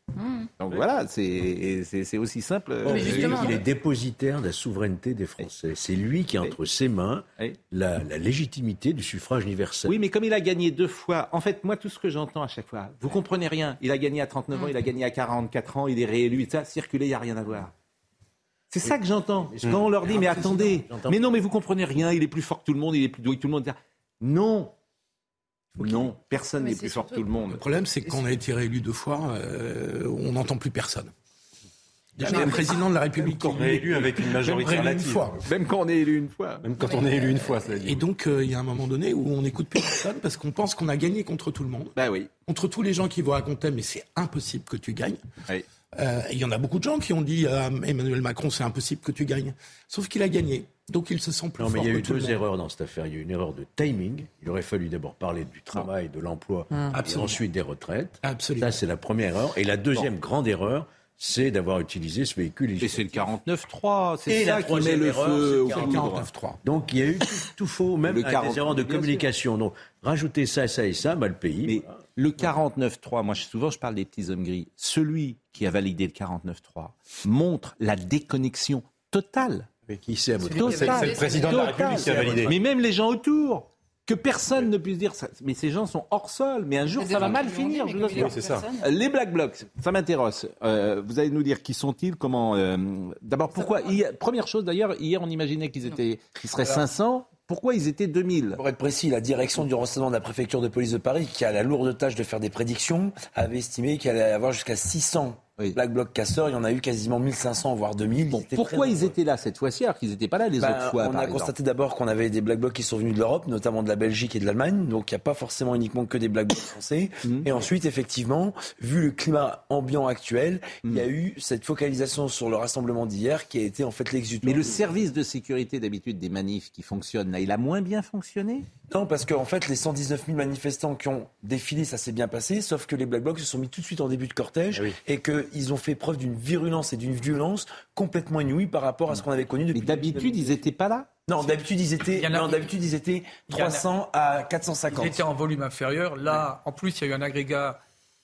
Donc voilà, c'est aussi simple. Il est dépositaire de la souveraineté des Français. C'est lui qui a entre ses mains la légitimité du suffrage universel. Oui, mais comme il a gagné 2 fois, en fait, moi, tout ce que j'entends à chaque fois, vous comprenez rien. Il a gagné à 39 ans, il a gagné à 44 ans, il est réélu, ça, circuler, il n'y a rien à voir. C'est ça que j'entends. Quand on leur dit, mais attendez, mais non, mais vous comprenez rien, il est plus fort que tout le monde, il est plus doué que tout le monde. Non. Non, personne n'est plus fort que tout le monde. Le problème, c'est qu'on a été réélu 2 fois, on n'entend plus personne. Déjà, un président de la République quand on est élu avec une majorité relative. Même quand on est élu une fois. Même quand on est élu une fois, ça veut dire. Et donc, il y a un moment donné où on n'écoute plus personne parce qu'on pense qu'on a gagné contre tout le monde. Bah oui. Contre tous les gens qui vous racontaient, mais c'est impossible que tu gagnes. Oui. Il y en a beaucoup de gens qui ont dit à Emmanuel Macron, c'est impossible que tu gagnes. Sauf qu'il a gagné. Donc il se sent plus fort. Non, mais il y a eu tout le deux monde. erreurs dans cette affaire. Il y a eu une erreur de timing. Il aurait fallu d'abord parler du travail, de l'emploi, et ensuite des retraites. Absolument. Ça, c'est la première erreur. Et la deuxième grande erreur, c'est d'avoir utilisé ce véhicule législatif. Et c'est le 49.3, c'est Et ça la qui met troisième le erreur, feu au c'est le poudre. 49.3. Donc il y a eu tout faux, même Le avec 40, des erreurs de bien sûr. communication. Donc rajouter ça et ça, le pays. Mais voilà. le 49.3, moi souvent je parle des petits hommes gris, celui qui a validé le 49.3 montre la déconnexion totale. Mais qui sait à votre C'est le président de la République qui a validé. Mais même les gens autour. Que personne ne puisse dire ça. Mais ces gens sont hors sol. Mais un jour, ça va mal finir, je vous assure. Oui, c'est ça. Les Black Blocs, ça m'intéresse. Vous allez nous dire qui sont-ils, comment... D'abord, pourquoi... Première chose, d'ailleurs, hier, on imaginait qu'ils seraient 500. Pourquoi ils étaient 2000 Pour être précis, la direction du renseignement de la préfecture de police de Paris, qui a la lourde tâche de faire des prédictions, avait estimé qu'il allait y avoir jusqu'à 600 Black Bloc casseurs. Il y en a eu quasiment 1500, voire 2000. Bon, pourquoi ils étaient là cette fois-ci, alors qu'ils n'étaient pas là les autres fois, On a constaté d'abord qu'on avait des Black Blocs qui sont venus de l'Europe, notamment de la Belgique et de l'Allemagne. Donc il n'y a pas forcément uniquement que des Black Blocs français. Et ensuite, effectivement, vu le climat ambiant actuel, il y a eu cette focalisation sur le rassemblement d'hier qui a été en fait l'exutoire. Mais le service de sécurité d'habitude des manifs qui fonctionne, là, il a moins bien fonctionné ? Non, parce qu'en fait, les 119 000 manifestants qui ont défilé, ça s'est bien passé, sauf que les Black Blocs se sont mis tout de suite en début de cortège et qu'ils ont fait preuve d'une virulence et d'une violence complètement inouïe par rapport à ce qu'on avait connu depuis. Mais d'habitude, ils n'étaient pas là ? Non, d'habitude, ils étaient 300 à 450. Ils étaient en volume inférieur. Là, en plus, il y a eu un agrégat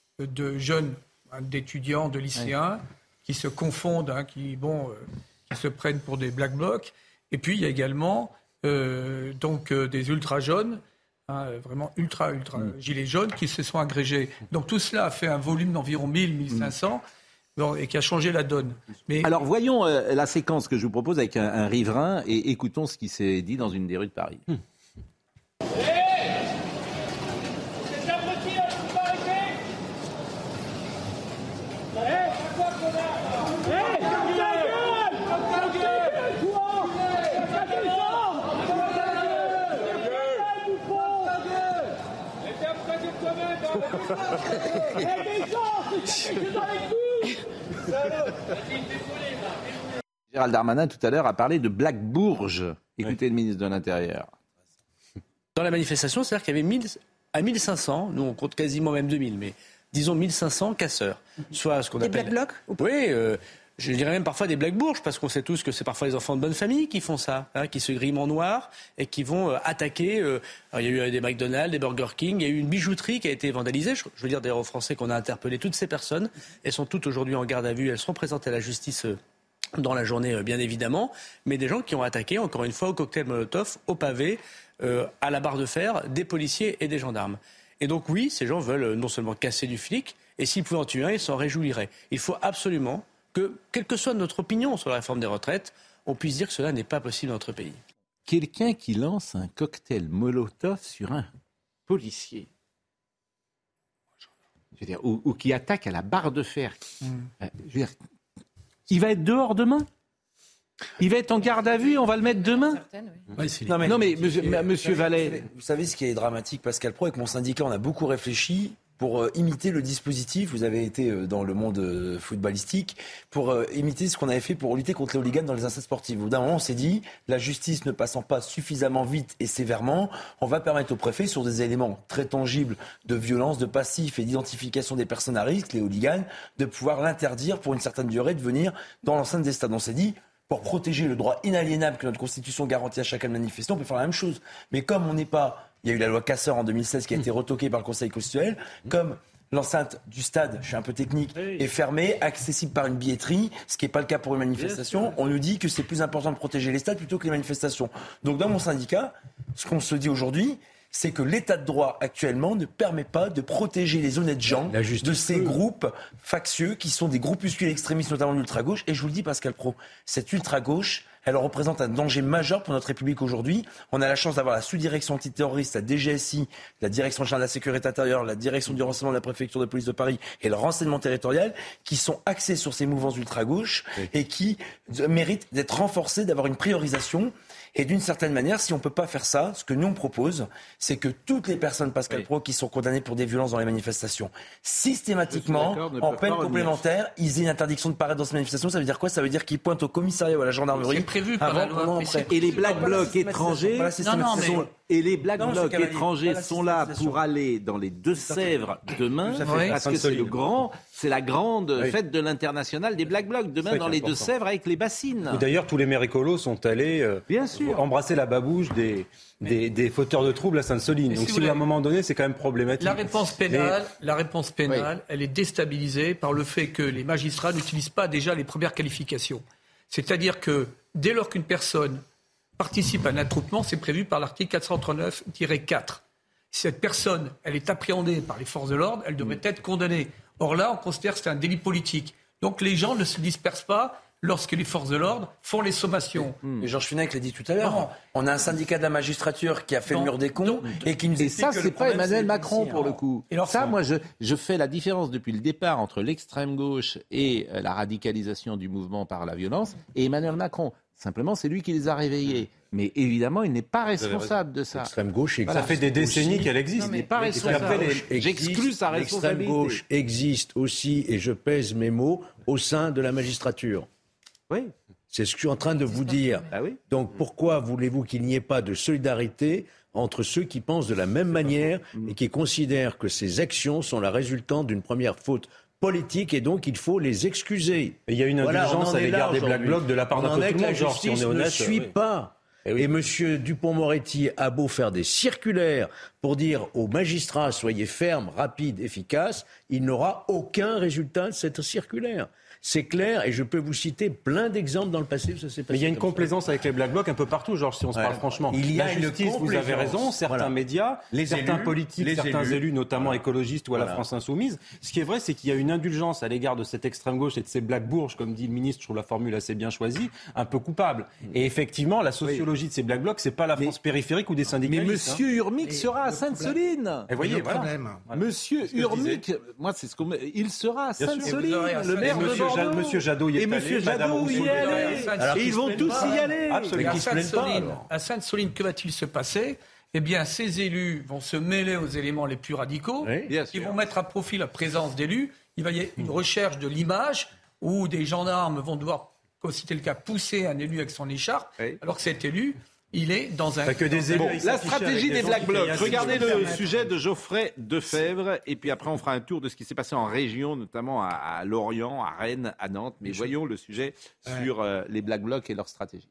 de jeunes, d'étudiants, de lycéens qui se confondent, qui se prennent pour des Black Blocs. Et puis, il y a également des ultra-jeunes, vraiment ultra gilets jaunes, qui se sont agrégés. Donc tout cela a fait un volume d'environ 1000-1500 et qui a changé la donne. Mais... Alors voyons la séquence que je vous propose avec un riverain et écoutons ce qui s'est dit dans une des rues de Paris. Gérald Darmanin, tout à l'heure, a parlé de Black Bourges. Écoutez le ministre de l'Intérieur. Dans la manifestation, c'est-à-dire qu'il y avait à 1500, nous on compte quasiment même 2000, mais disons 1500 casseurs. Soit ce qu'on appelle... Des Black Blocs ? Oui, je dirais même parfois des Black Bourges, parce qu'on sait tous que c'est parfois les enfants de bonne famille qui font ça, qui se griment en noir et qui vont attaquer. Alors, il y a eu des McDonald's, des Burger King, il y a eu une bijouterie qui a été vandalisée. Je veux dire d'ailleurs aux Français qu'on a interpellé toutes ces personnes. Elles sont toutes aujourd'hui en garde à vue, elles seront présentées à la justice dans la journée, bien évidemment. Mais des gens qui ont attaqué, encore une fois, au cocktail Molotov, au pavé, à la barre de fer, des policiers et des gendarmes. Et donc oui, ces gens veulent non seulement casser du flic, et s'ils pouvaient en tuer un, ils s'en réjouiraient. Il faut absolument que, quelle que soit notre opinion sur la réforme des retraites, on puisse dire que cela n'est pas possible dans notre pays. Quelqu'un qui lance un cocktail Molotov sur un policier, je veux dire, ou qui attaque à la barre de fer, je veux dire, il va être dehors demain ? Il va être en garde à vue, on va le mettre demain ? Non mais monsieur Vallet... Vous savez ce qui est dramatique, Pascal Praud, avec mon syndicat, on a beaucoup réfléchi pour imiter le dispositif. Vous avez été dans le monde footballistique pour imiter ce qu'on avait fait pour lutter contre les hooligans dans les enceintes sportives. Au bout d'un moment, on s'est dit, la justice ne passant pas suffisamment vite et sévèrement, on va permettre au préfet, sur des éléments très tangibles de violence, de passif et d'identification des personnes à risque, les hooligans, de pouvoir l'interdire pour une certaine durée de venir dans l'enceinte des stades. On s'est dit, pour protéger le droit inaliénable que notre Constitution garantit à chacun de manifester, on peut faire la même chose. Mais comme on n'est pas... Il y a eu la loi Casseur en 2016 qui a été retoquée par le Conseil constitutionnel. Comme l'enceinte du stade, je suis un peu technique, est fermée, accessible par une billetterie, ce qui n'est pas le cas pour une manifestation, on nous dit que c'est plus important de protéger les stades plutôt que les manifestations. Donc dans mon syndicat, ce qu'on se dit aujourd'hui, c'est que l'état de droit actuellement ne permet pas de protéger les honnêtes gens de ces groupes factieux qui sont des groupuscules extrémistes, notamment l'ultra-gauche. Et je vous le dis, Pascal Praud, cette ultra-gauche, elle représente un danger majeur pour notre République aujourd'hui. On a la chance d'avoir la sous-direction antiterroriste, la DGSI, la direction générale de la sécurité intérieure, la direction du renseignement de la préfecture de police de Paris et le renseignement territorial qui sont axés sur ces mouvements ultra-gauche et qui méritent d'être renforcés, d'avoir une priorisation. Et d'une certaine manière, si on ne peut pas faire ça, ce que nous on propose, c'est que toutes les personnes, Pascal Praud, qui sont condamnées pour des violences dans les manifestations, systématiquement, en peine complémentaire, ils aient une interdiction de paraître dans ces manifestations. Ça veut dire quoi ? Ça veut dire qu'ils pointent au commissariat ou à la gendarmerie. C'est prévu par avant, la loi. pendant, après. Et les Black Blocs étrangers, et les Black Blocs étrangers sont là pour aller dans les Deux-Sèvres demain, parce que c'est la grande fête de l'international des Black Blocs demain dans les Deux-Sèvres avec les bassines. Et d'ailleurs, tous les maires écolos sont allés embrasser la babouche des fauteurs de troubles à Sainte-Soline. Donc si à un moment donné, c'est quand même problématique. La réponse pénale, elle est déstabilisée par le fait que les magistrats n'utilisent pas déjà les premières qualifications. C'est-à-dire que dès lors qu'une personne participe à un attroupement, c'est prévu par l'article 439-4. Si cette personne, elle est appréhendée par les forces de l'ordre, elle devrait être condamnée. Or là, on considère que c'est un délit politique. Donc les gens ne se dispersent pas lorsque les forces de l'ordre font les sommations. Et Georges Fenech l'a dit tout à l'heure. On a un syndicat de la magistrature qui a fait le mur des cons et qui nous explique ça, que c'est pas Emmanuel Macron pour le coup. Et alors ça, moi, je fais la différence depuis le départ entre l'extrême gauche et la radicalisation du mouvement par la violence et Emmanuel Macron. Simplement, c'est lui qui les a réveillés. Mais évidemment, il n'est pas responsable de ça. L'extrême gauche ça fait des décennies qu'elle existe. Il n'est pas responsable. J'exclus sa responsabilité. L'extrême gauche existe aussi, et je pèse mes mots, au sein de la magistrature. Oui. C'est ce que je suis en train de vous dire. Ah oui. Donc pourquoi voulez-vous qu'il n'y ait pas de solidarité entre ceux qui pensent de la même manière et qui considèrent que ces actions sont la résultante d'une première faute politique et donc il faut les excuser. Et il y a une indulgence à l'égard des Black Blocs de la part d'un peu tout le monde. La justice ne suit pas. Et M. Dupond-Moretti a beau faire des circulaires pour dire aux magistrats soyez fermes, rapides, efficaces, il n'aura aucun résultat de cette circulaire. C'est clair, et je peux vous citer plein d'exemples dans le passé où ça s'est passé. Mais il y a une complaisance avec les Black Blocs un peu partout, Georges, si on se parle franchement. Il y a la justice, vous avez raison, certains médias, certains politiques, certains élus, notamment écologistes ou à la France Insoumise. Ce qui est vrai, c'est qu'il y a une indulgence à l'égard de cette extrême gauche et de ces Black bourges, comme dit le ministre, je trouve la formule assez bien choisie, un peu coupable. Et effectivement, la sociologie de ces Black Blocs, c'est pas la France périphérique ou des syndicalistes. Mais Monsieur Urmic sera à Sainte-Soline. Et voyez, voilà. Monsieur Urmic, moi c'est ce qu'on il sera à Sainte-Soline, le maire de Bordeaux. Monsieur Jadot y est allé. Et Monsieur Jadot y est allé. Et ils vont tous y aller. À Sainte-Soline, que va-t-il se passer ? Eh bien, ces élus vont se mêler aux éléments les plus radicaux. Ils vont mettre à profit la présence d'élus. Il va y avoir une recherche de l'image où des gendarmes vont devoir, comme c'était le cas, pousser un élu avec son écharpe, alors que cet élu, il est dans un... La stratégie des Black Blocs. Regardez le sujet de Geoffrey Defebvre et puis après on fera un tour de ce qui s'est passé en région, notamment à Lorient, à Rennes, à Nantes. Mais voyons le sujet sur les Black Blocs et leur stratégie.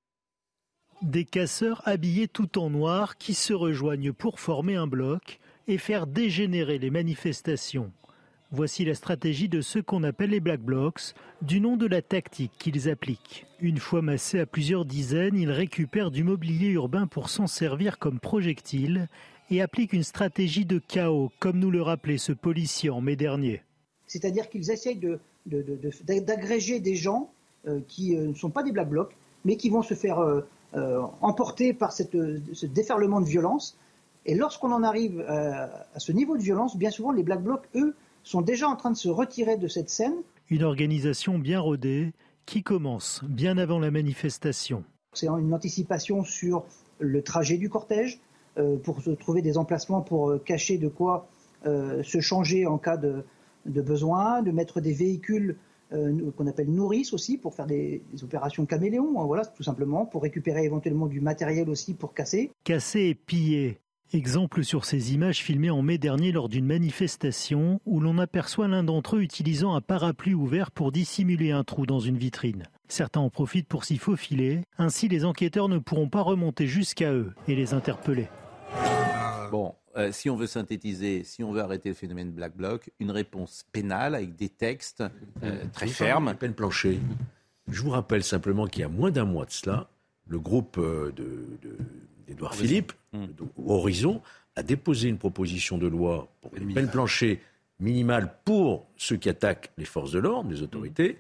Des casseurs habillés tout en noir qui se rejoignent pour former un bloc et faire dégénérer les manifestations. Voici la stratégie de ceux qu'on appelle les Black Blocs, du nom de la tactique qu'ils appliquent. Une fois massés à plusieurs dizaines, ils récupèrent du mobilier urbain pour s'en servir comme projectile et appliquent une stratégie de chaos, comme nous le rappelait ce policier en mai dernier. C'est-à-dire qu'ils essayent d'agréger des gens qui ne sont pas des Black Blocs, mais qui vont se faire emporter par ce déferlement de violence. Et lorsqu'on en arrive à ce niveau de violence, bien souvent les Black Blocs, eux, sont déjà en train de se retirer de cette scène. Une organisation bien rodée qui commence bien avant la manifestation. C'est une anticipation sur le trajet du cortège, pour se trouver des emplacements pour cacher de quoi se changer en cas de besoin, de mettre des véhicules qu'on appelle nourrices aussi pour faire des opérations caméléons, voilà, tout simplement, pour récupérer éventuellement du matériel aussi pour casser. Casser et piller. Exemple sur ces images filmées en mai dernier lors d'une manifestation où l'on aperçoit l'un d'entre eux utilisant un parapluie ouvert pour dissimuler un trou dans une vitrine. Certains en profitent pour s'y faufiler, ainsi les enquêteurs ne pourront pas remonter jusqu'à eux et les interpeller. Bon, si on veut synthétiser, si on veut arrêter le phénomène Black Bloc, une réponse pénale avec des textes très fermes. Peine plancher. Je vous rappelle simplement qu'il y a moins d'un mois de cela, le groupe d'Édouard Philippe, Horizon, a déposé une proposition de loi pour une peine plancher minimale pour ceux qui attaquent les forces de l'ordre, les autorités.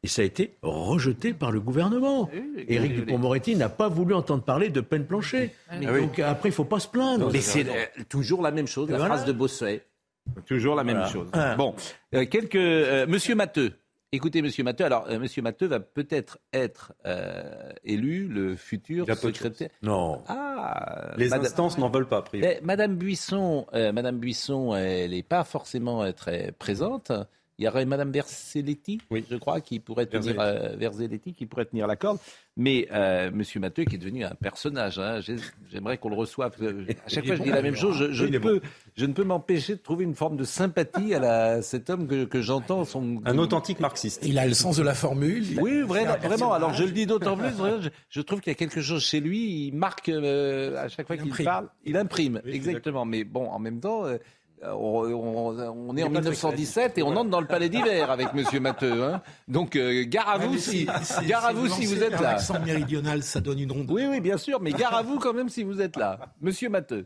Et ça a été rejeté par le gouvernement. Éric Dupond-Moretti n'a pas voulu entendre parler de peine planchée. Donc après, il ne faut pas se plaindre. Mais c'est toujours la même chose, la phrase de Bossuet. Toujours la même chose. Bon, Monsieur Matteux. Écoutez, Monsieur Matteux. Alors, Monsieur Matteux va peut-être être élu le futur secrétaire. Non. Les instances n'en veulent pas. Madame Buisson, elle n'est pas forcément très présente. Il y aurait Madame Verzelletti, je crois, qui pourrait tenir la corde. Mais Monsieur Matteux, qui est devenu un personnage, j'aimerais qu'on le reçoive. À chaque fois, je dis la même chose. Je ne peux m'empêcher de trouver une forme de sympathie à cet homme que j'entends. Un authentique marxiste. Il a le sens de la formule. Oui, vraiment. Alors, je le dis d'autant plus. Je trouve qu'il y a quelque chose chez lui. Il marque à chaque fois qu'il parle. Il imprime, exactement. Mais bon, en même temps... On est en 1917 et on entre dans le palais d'hiver avec Monsieur Matteux. Donc, gare à vous si vous êtes là. L'accent méridional, ça donne une ronde. Oui, bien sûr, mais gare à vous quand même si vous êtes là. Monsieur Matteux.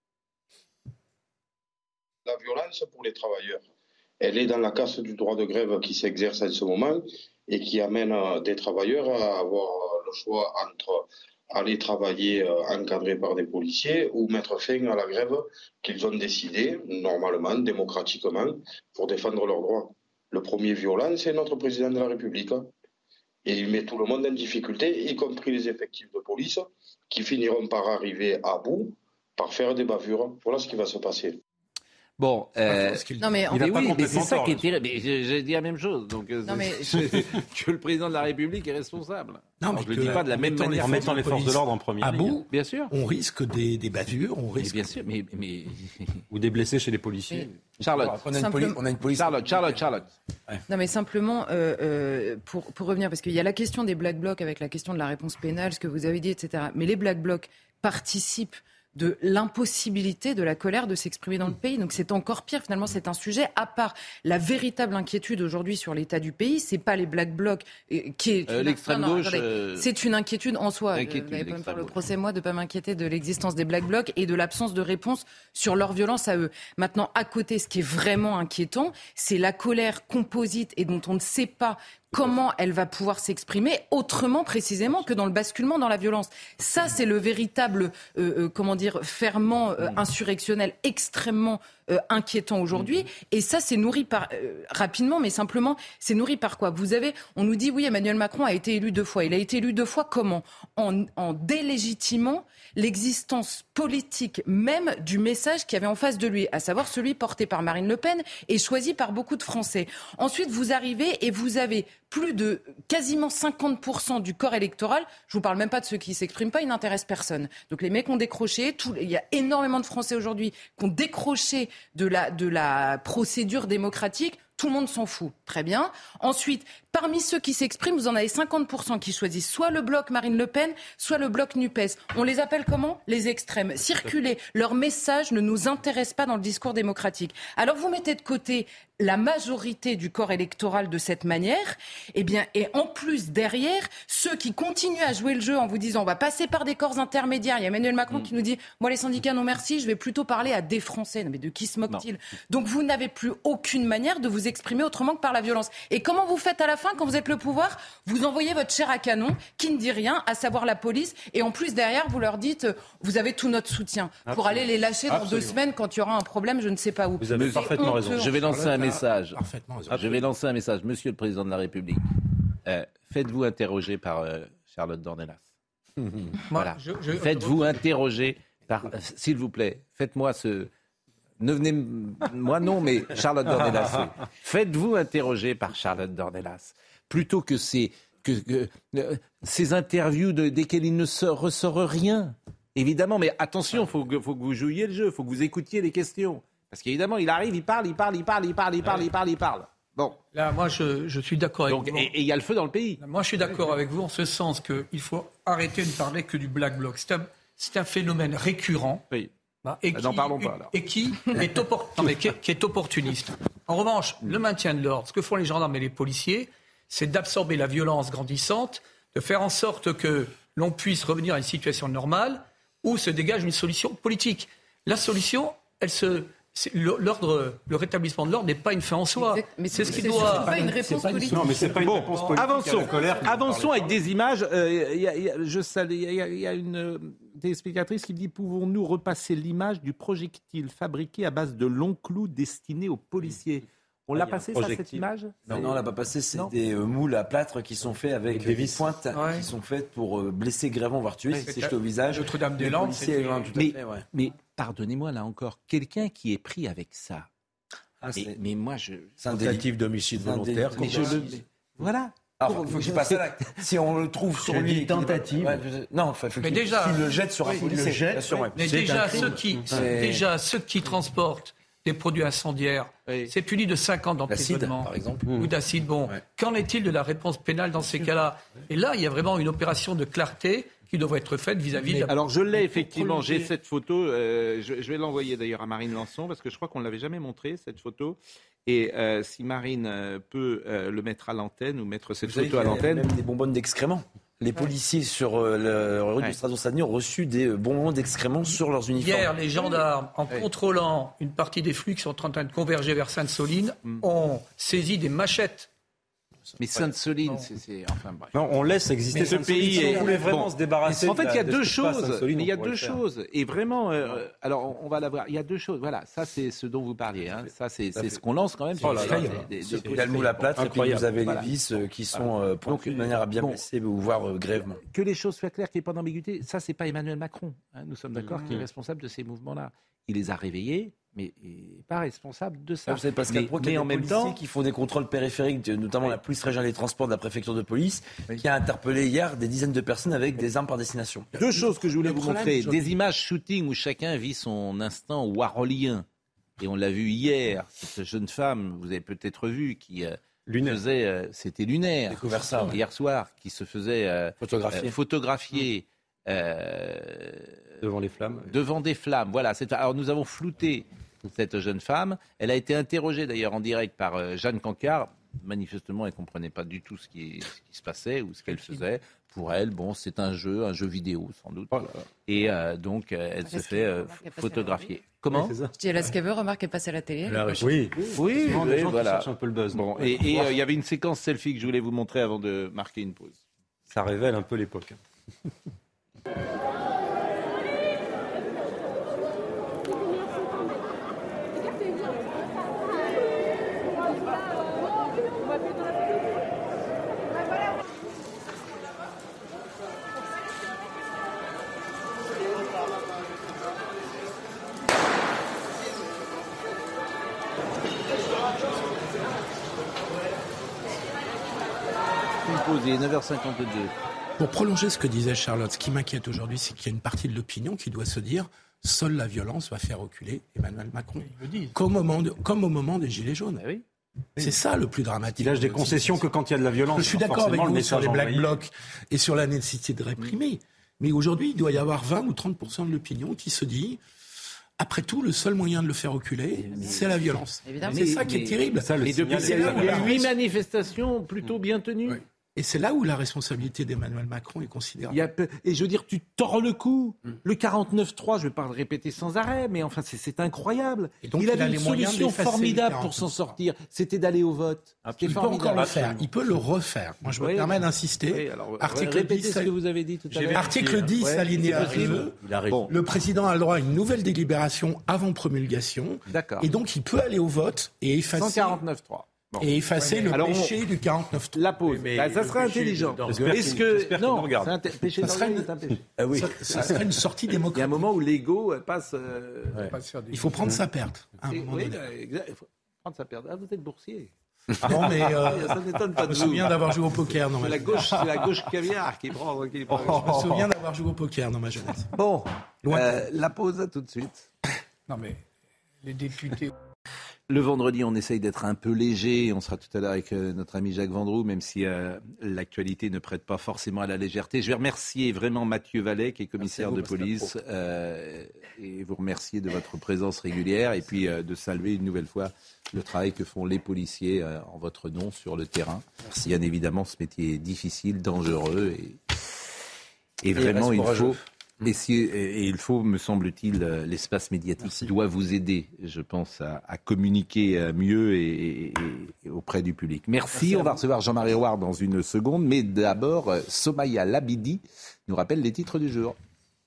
La violence pour les travailleurs, elle est dans la casse du droit de grève qui s'exerce en ce moment et qui amène des travailleurs à avoir le choix entre aller travailler encadré par des policiers ou mettre fin à la grève qu'ils ont décidé, normalement, démocratiquement, pour défendre leurs droits. Le premier violent, c'est notre président de la République. Et il met tout le monde en difficulté, y compris les effectifs de police, qui finiront par arriver à bout, par faire des bavures. Voilà ce qui va se passer. Bon, non mais c'est ça qui est terrible. J'ai dit la même chose. Donc, que le président de la République est responsable. Non, je ne le dis pas de la même manière. En mettant les forces de l'ordre en première ligne. Bout, bien sûr. On risque des bavures, bien sûr, mais ou des blessés chez les policiers. Charlotte, on a une police. Charlotte. Ouais. Non, mais simplement pour revenir, parce qu'il y a la question des Black Blocs avec la question de la réponse pénale, ce que vous avez dit, etc. Mais les Black Blocs participent de l'impossibilité de la colère de s'exprimer dans le pays. Donc c'est encore pire. Finalement, c'est un sujet à part. La véritable inquiétude aujourd'hui sur l'état du pays, c'est pas les Black Blocs qui est l'extrême gauche. C'est une inquiétude en soi. Vous n'allez pas me faire le procès, moi, de pas m'inquiéter de l'existence des Black Blocs et de l'absence de réponse sur leur violence à eux. Maintenant, à côté, ce qui est vraiment inquiétant, c'est la colère composite et dont on ne sait pas comment elle va pouvoir s'exprimer autrement précisément que dans le basculement dans la violence. Ça, c'est le véritable, ferment insurrectionnel extrêmement inquiétant aujourd'hui. Et ça, c'est nourri par, rapidement, mais simplement, c'est nourri par quoi ? On nous dit, oui, Emmanuel Macron a été élu 2 fois. Il a été élu 2 fois comment ? En délégitimant l'existence politique même du message qu'il y avait en face de lui, à savoir celui porté par Marine Le Pen et choisi par beaucoup de Français. Ensuite, vous arrivez et vous avez plus de quasiment 50% du corps électoral, je vous parle même pas de ceux qui ne s'expriment pas, ils n'intéressent personne. Donc les mecs ont décroché, il y a énormément de Français aujourd'hui qui ont décroché de la procédure démocratique. Tout le monde s'en fout. Très bien. Ensuite, parmi ceux qui s'expriment, vous en avez 50% qui choisissent soit le bloc Marine Le Pen, soit le bloc NUPES. On les appelle comment ? Les extrêmes. Circuler. Leur message ne nous intéresse pas dans le discours démocratique. Alors vous mettez de côté la majorité du corps électoral de cette manière, et en plus derrière, ceux qui continuent à jouer le jeu en vous disant on va passer par des corps intermédiaires. Il y a Emmanuel Macron qui nous dit moi les syndicats non merci, je vais plutôt parler à des Français. Non, mais de qui se moque-t-il ? Donc vous n'avez plus aucune manière de vous exprimer autrement que par la violence. Et comment vous faites à la fin quand vous êtes le pouvoir ? Vous envoyez votre chair à canon qui ne dit rien, à savoir la police, et en plus derrière vous leur dites vous avez tout notre soutien pour aller les lâcher dans 2 semaines quand il y aura un problème, je ne sais pas où. Vous avez parfaitement raison. Je vais lancer un message. Monsieur le Président de la République. Faites-vous interroger par Charlotte Dornelas. Voilà. Faites-vous interroger par... S'il vous plaît, faites-moi ce... Ne venez... Moi non, mais Charlotte Dornelas. Faites-vous interroger par Charlotte Dornelas. Plutôt que ces interviews desquelles il ne ressort rien. Évidemment, mais attention, il faut que vous jouiez le jeu, il faut que vous écoutiez les questions. Parce qu'évidemment, il arrive, il parle. Bon. Là, moi, je suis d'accord avec vous. Et il y a le feu dans le pays. Moi, je suis d'accord avec vous en ce sens qu'il faut arrêter de parler que du Black Bloc. C'est un phénomène récurrent. Oui. N'en parlons pas, alors. Et qui est opportuniste. En revanche, le maintien de l'ordre, ce que font les gendarmes et les policiers, c'est d'absorber la violence grandissante, de faire en sorte que l'on puisse revenir à une situation normale où se dégage une solution politique. La solution, elle se le rétablissement de l'ordre n'est pas une fin en soi. Mais c'est ce qui doit. C'est pas une réponse politique. Non, mais c'est pas une réponse politique. Avançons avec des images. Il y a une téléspectatrice qui me dit: pouvons-nous repasser l'image du projectile fabriqué à base de longs clous destinés aux policiers? On l'a passé, ça, cette image? Non, on l'a pas passé. C'est des moules à plâtre qui sont faits avec des pointes qui sont faites pour blesser grièvement, voire tuer. C'est jeté au visage. Notre-Dame-des-Landes. Mais pardonnez-moi, là encore, quelqu'un qui est pris avec ça. Mais moi, c'est un tentative d'homicide volontaire. Voilà. Alors, faut que je passe à l'acte. Si on le trouve sur lui, tentative. Non, faut qu'il le jette sur un policier. Mais déjà, ceux qui transportent des produits incendiaires, c'est puni de 5 ans d'emprisonnement. Par exemple. Ou d'acide. Bon, qu'en est-il de la réponse pénale dans ces cas-là? Et là, il y a vraiment une opération de clarté qui devrait être faite vis-à-vis de la... Alors, je l'ai effectivement, j'ai cette photo. Je vais l'envoyer d'ailleurs à Marine Lançon, parce que je crois qu'on ne l'avait jamais montrée, cette photo. Et si Marine peut le mettre à l'antenne ou mettre cette photo à l'antenne... Il y a même des bonbonnes d'excréments. Les policiers sur la rue du Strasbourg-Savigny ont reçu des bonbons d'excréments sur leurs uniformes. Hier, les gendarmes, en contrôlant une partie des flux qui sont en train de converger vers Sainte-Soline, ont saisi des machettes. Mais Sainte-Soline, c'est... Enfin bref. Non, on laisse exister ce pays. Si on voulait vraiment se débarrasser. En fait, il y a deux choses. Mais il y a deux choses. Et vraiment, alors on va la voir. Il y a deux choses. Voilà, ça c'est ce dont vous parliez. Hein. Ça c'est ce qu'on lance quand même. Il y a le moule à plâtre et puis vous avez les vis qui sont pointues de manière à bien blesser ou voire grièvement. Que les choses soient claires, qu'il n'y ait pas d'ambiguïté. Ça, c'est pas Emmanuel Macron. Hein. Nous sommes d'accord qu'il est responsable de ces mouvements-là. Il les a réveillés, mais il n'est pas responsable de ça. Vous savez, Pascal Pro, qu'il y a des policiers qui font des contrôles périphériques, notamment la police régionale des transports de la préfecture de police, qui a interpellé hier des dizaines de personnes avec des armes par destination. Deux choses que je voulais vous montrer. Des images shooting où chacun vit son instant warholien. Et on l'a vu hier, cette jeune femme, vous avez peut-être vu, qui faisait... c'était lunaire. Découvert ça, hier soir, qui se faisait photographier. Devant les flammes. Devant des flammes, voilà. Alors nous avons flouté cette jeune femme. Elle a été interrogée d'ailleurs en direct par Jeanne Cancard. Manifestement, elle ne comprenait pas du tout ce qui se passait ou ce qu'elle faisait. Pour elle, c'est un jeu vidéo sans doute. Et donc, elle se fait photographier. Comment? Je dis, elle a ce qu'elle veut, remarque, elle passe à la télé. Oui, voilà. Un peu le buzz. Bon, et il y avait une séquence selfie que je voulais vous montrer avant de marquer une pause. Ça révèle un peu l'époque. Il est 9h52. Pour prolonger ce que disait Charlotte, ce qui m'inquiète aujourd'hui, c'est qu'il y a une partie de l'opinion qui doit se dire seule la violence va faire reculer Emmanuel Macron. Comme au moment des Gilets jaunes. Oui. C'est ça le plus dramatique. Il lâche des concessions que quand il y a de la violence. Je suis d'accord avec vous sur les Black Blocs et sur la nécessité de réprimer. Mais aujourd'hui, il doit y avoir 20 ou 30% de l'opinion qui se dit... Après tout, le seul moyen de le faire reculer, c'est la violence. C'est ça qui est terrible. Et depuis, il y a 8 manifestations plutôt bien tenues. Oui. Et c'est là où la responsabilité d'Emmanuel Macron est considérable. Et je veux dire, tu tords le cou. Le 49-3, je ne vais pas le répéter sans arrêt, mais enfin, c'est incroyable. Et donc, il avait une solution formidable pour s'en sortir. C'était d'aller au vote. Il peut encore le faire. Il peut le refaire. Moi, je me permets d'insister. Article 10, ce que vous avez dit tout à l'heure. Article 10, alinéa 2. Le président a le droit à une nouvelle délibération avant promulgation. D'accord. Et donc, il peut aller au vote et effacer... 149-3. Et effacer le péché du 49.3. La pause. Ça serait intelligent. Est-ce que non, péché ça serait une sortie démocratique. Il y a un moment où l'ego passe. Il faut prendre sa perte. Il faut prendre sa perte. Vous êtes boursier. Non, mais ça m'étonne pas de vous. Je me souviens d'avoir joué au poker dans ma jeunesse. C'est la gauche caviar qui prend. Je me souviens d'avoir joué au poker dans ma jeunesse. Bon, la pause, à tout de suite. Non, mais les députés. Le vendredi, on essaye d'être un peu léger. On sera tout à l'heure avec notre ami Jacques Vendroux, même si l'actualité ne prête pas forcément à la légèreté. Je vais remercier vraiment Mathieu Vallet, qui est commissaire de police, et vous remercier de votre présence régulière, et puis de saluer une nouvelle fois le travail que font les policiers en votre nom sur le terrain. Merci. Bien évidemment, ce métier est difficile, dangereux, et vraiment, il faut Et il faut, me semble-t-il, l'espace médiatique doit vous aider, je pense, à communiquer mieux et auprès du public. Merci. On va recevoir Jean-Marie Roire dans une seconde, mais d'abord, Somaya Labidi nous rappelle les titres du jour.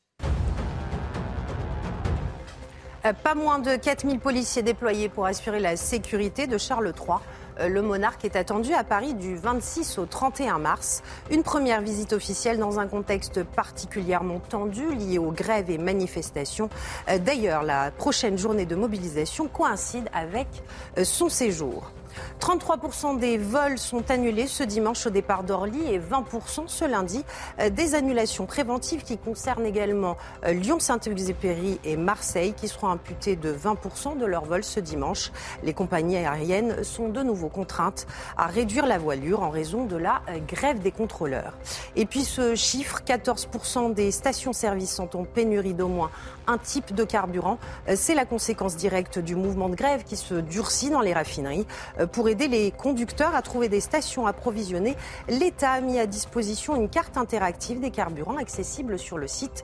Pas moins de 4000 policiers déployés pour assurer la sécurité de Charles III. Le monarque est attendu à Paris du 26 au 31 mars. Une première visite officielle dans un contexte particulièrement tendu lié aux grèves et manifestations. D'ailleurs, la prochaine journée de mobilisation coïncide avec son séjour. 33% des vols sont annulés ce dimanche au départ d'Orly et 20% ce lundi. Des annulations préventives qui concernent également Lyon, Saint-Exupéry et Marseille qui seront imputées de 20% de leurs vols ce dimanche. Les compagnies aériennes sont de nouveau contraintes à réduire la voilure en raison de la grève des contrôleurs. Et puis ce chiffre, 14% des stations-service sont en pénurie d'au moins un type de carburant. C'est la conséquence directe du mouvement de grève qui se durcit dans les raffineries. Pour aider les conducteurs à trouver des stations approvisionnées, l'État a mis à disposition une carte interactive des carburants accessible sur le site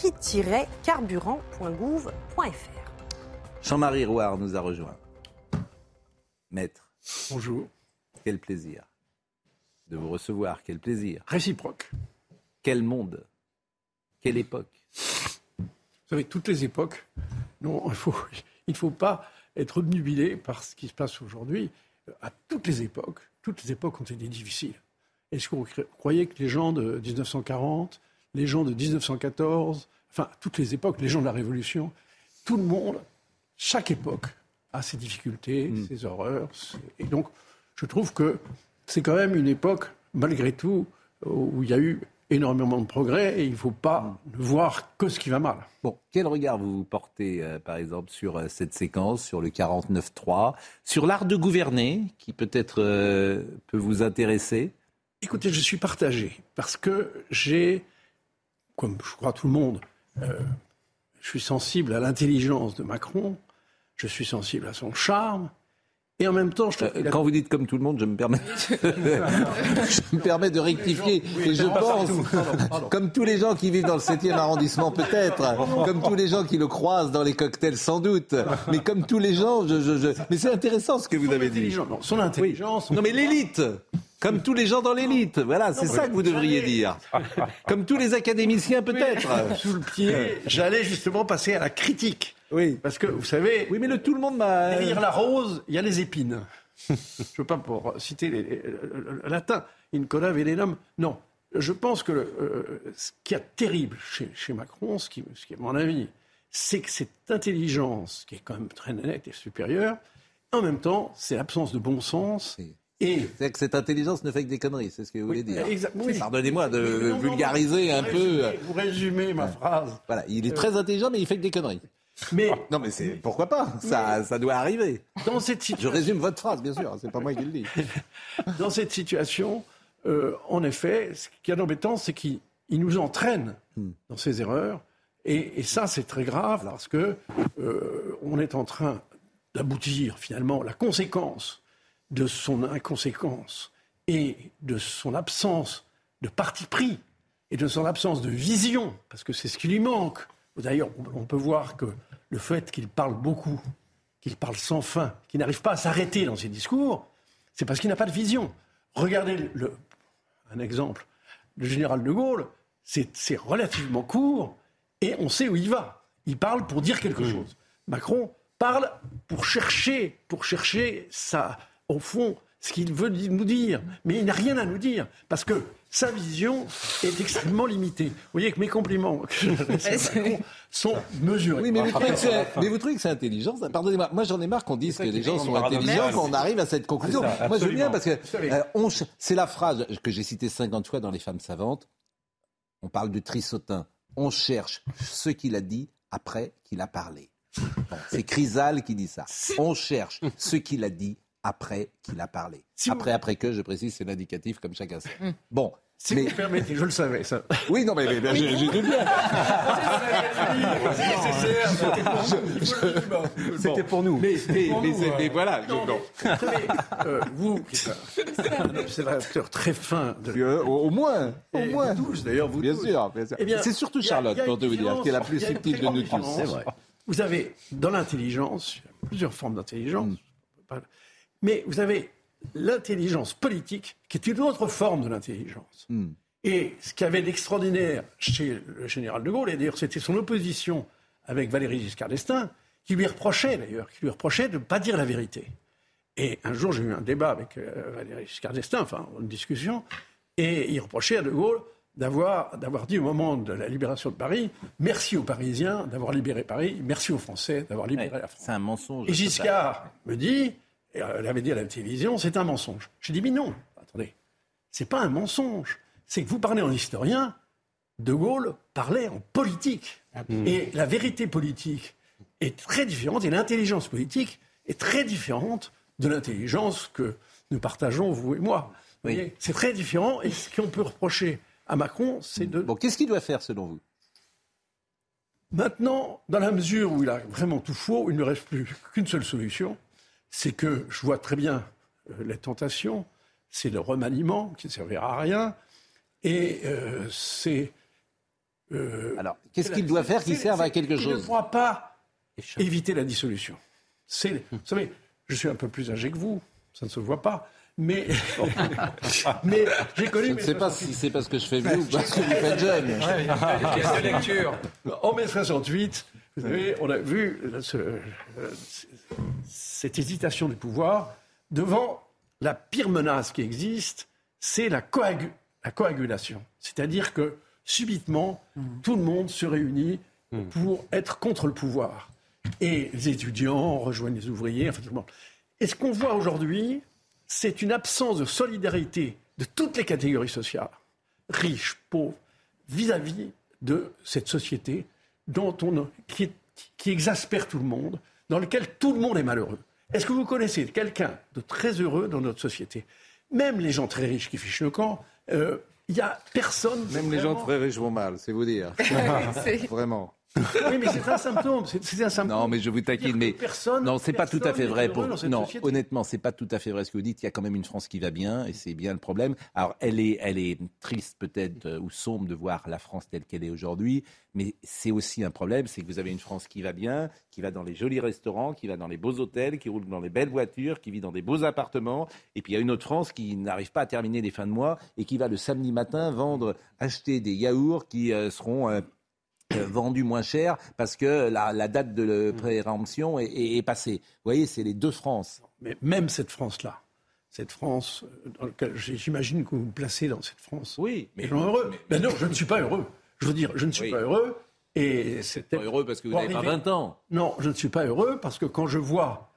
prix-carburant.gouv.fr. Jean-Marie Roire nous a rejoint. Maître. Bonjour. Quel plaisir de vous recevoir. Quel plaisir. Réciproque. Quel monde. Quelle époque. Vous savez, toutes les époques, non, il ne faut pas être obnubilé par ce qui se passe aujourd'hui. À toutes les époques ont été difficiles. Est-ce que vous croyez que les gens de 1940, les gens de 1914, enfin, toutes les époques, les gens de la Révolution, tout le monde, chaque époque a ses difficultés, ses horreurs. Et donc, je trouve que c'est quand même une époque, malgré tout, où il y a eu énormément de progrès et il ne faut pas ne voir que ce qui va mal. Bon, quel regard vous portez, par exemple, sur cette séquence, sur le 49-3, sur l'art de gouverner, qui peut-être peut vous intéresser ? Écoutez, je suis partagé, parce que comme je crois tout le monde, je suis sensible à l'intelligence de Macron, je suis sensible à son charme, et en même temps, quand vous dites comme tout le monde, je me permets de rectifier. Et je pense, comme tous les gens qui vivent dans le 7e arrondissement peut-être, comme tous les gens qui le croisent dans les cocktails sans doute, mais comme tous les gens, mais c'est intéressant ce que vous avez dit. Non, son intelligence. Oui. Non mais l'élite. Comme tous les gens dans l'élite, voilà, c'est ça que vous devriez dire. Comme tous les académiciens peut-être. Sous le pied, j'allais justement passer à la critique. Oui. Parce que, vous savez, oui, mais tout le monde m'a... derrière la rose, il y a les épines. Je ne veux pas pour citer le latin, in cona velenum. Non, je pense que ce qui est terrible chez Macron, ce qui est à mon avis, c'est que cette intelligence, qui est quand même très nette et supérieure, en même temps, c'est l'absence de bon sens... C'est que cette intelligence ne fait que des conneries, c'est ce que vous voulez dire. Oui. Pardonnez-moi de vulgariser un peu. Vous résumez ma phrase. Voilà, il est très intelligent, mais il fait que des conneries. Mais non, mais pourquoi pas ? Ça doit arriver. Dans cette situation, je résume votre phrase, bien sûr. C'est pas moi qui le dis. Dans cette situation, en effet, ce qui est embêtant, c'est qu'il nous entraîne dans ses erreurs, et ça, c'est très grave parce que on est en train d'aboutir finalement la conséquence de son inconséquence et de son absence de parti pris et de son absence de vision, parce que c'est ce qui lui manque. D'ailleurs, on peut voir que le fait qu'il parle beaucoup, qu'il parle sans fin, qu'il n'arrive pas à s'arrêter dans ses discours, c'est parce qu'il n'a pas de vision. Regardez un exemple. Le général de Gaulle, c'est relativement court et on sait où il va. Il parle pour dire quelque chose. Macron parle pour chercher au fond, ce qu'il veut nous dire. Mais il n'a rien à nous dire, parce que sa vision est extrêmement limitée. Vous voyez que mes compliments que je adresse à Macron sont mesurés. Oui, mais vous trouvez que c'est intelligent ? Pardonnez-moi, moi j'en ai marre qu'on dise que les gens sont intelligents quand on arrive à cette conclusion. Moi je veux bien, parce que c'est la phrase que j'ai citée 50 fois dans Les Femmes savantes. On parle du Trissotin. On cherche ce qu'il a dit après qu'il a parlé. Bon, c'est Chrysale qui dit ça. On cherche ce qu'il a dit après qu'il a parlé. Après que, je précise, c'est l'indicatif comme chacun sait. Bon. Si vous permettez, je le savais, ça. Oui, non, mais j'ai dit bien. C'était pour nous. Mais voilà. Vous, qui êtes un observateur très fin. Au moins. Vous tous, d'ailleurs, vous bien tous. sûr. Eh bien, c'est surtout Charlotte, pour te vous dire, qui est la plus subtile de nous tous. C'est vrai. Vous avez, dans l'intelligence, il y a plusieurs formes d'intelligence, mais vous avez l'intelligence politique, qui est une autre forme de l'intelligence. Et ce qui avait d'extraordinaire chez le général de Gaulle, et d'ailleurs c'était son opposition avec Valéry Giscard d'Estaing, qui lui reprochait de ne pas dire la vérité. Et un jour, j'ai eu un débat avec Valéry Giscard d'Estaing, enfin une discussion, et il reprochait à de Gaulle d'avoir dit au moment de la libération de Paris, merci aux Parisiens d'avoir libéré Paris, merci aux Français d'avoir libéré la France. C'est un mensonge. Et Giscard me dit, elle avait dit à la télévision, c'est un mensonge. J'ai dit, mais non, attendez, c'est pas un mensonge. C'est que vous parlez en historien, de Gaulle parlait en politique. Et la vérité politique est très différente, et l'intelligence politique est très différente de l'intelligence que nous partageons, vous et moi. Vous voyez, c'est très différent, et ce qu'on peut reprocher à Macron, c'est de... Bon, qu'est-ce qu'il doit faire, selon vous ? Maintenant, dans la mesure où il a vraiment tout faux, il ne reste plus qu'une seule solution, c'est que je vois très bien les tentations, c'est le remaniement qui ne servira à rien, et c'est... Alors, qu'est-ce qu'il doit faire qui serve à quelque chose ? Il ne pourra pas éviter la dissolution. Vous savez, je suis un peu plus âgé que vous, ça ne se voit pas, mais j'ai connu... Je ne sais pas si c'est parce que je fais vieux ou parce que vous faites jeune. De lecture. En mai 68, vous savez, on a vu cette hésitation du pouvoir devant la pire menace qui existe, c'est la coagulation. C'est-à-dire que subitement, tout le monde se réunit pour être contre le pouvoir. Et les étudiants rejoignent les ouvriers. Enfin, tout le monde. Et ce qu'on voit aujourd'hui, c'est une absence de solidarité de toutes les catégories sociales, riches, pauvres, vis-à-vis de cette société qui exaspère tout le monde, dans laquelle tout le monde est malheureux. Est-ce que vous connaissez quelqu'un de très heureux dans notre société ? Même les gens très riches qui fichent le camp, il n'y a personne... Même les gens très riches vont mal, c'est vous dire. Vraiment. Oui, mais c'est un symptôme. C'est un symptôme. Non, mais je vous taquine, mais non, c'est pas tout à fait vrai. Non, honnêtement, c'est pas tout à fait vrai ce que vous dites. Il y a quand même une France qui va bien, et c'est bien le problème. Alors, elle est triste peut-être ou sombre de voir la France telle qu'elle est aujourd'hui, mais c'est aussi un problème, c'est que vous avez une France qui va bien, qui va dans les jolis restaurants, qui va dans les beaux hôtels, qui roule dans les belles voitures, qui vit dans des beaux appartements, et puis il y a une autre France qui n'arrive pas à terminer les fins de mois et qui va le samedi matin acheter des yaourts qui seront vendu moins cher parce que la date de préemption est passée. Vous voyez, c'est les deux France. Mais même cette France-là, cette France dans laquelle j'imagine que vous me placez dans cette France. Oui. Mais heureux. Ben non, je ne suis pas heureux. Je veux dire, je ne suis pas heureux. Et c'est pas heureux parce que vous n'avez pas 20 ans. Non, je ne suis pas heureux parce que quand je vois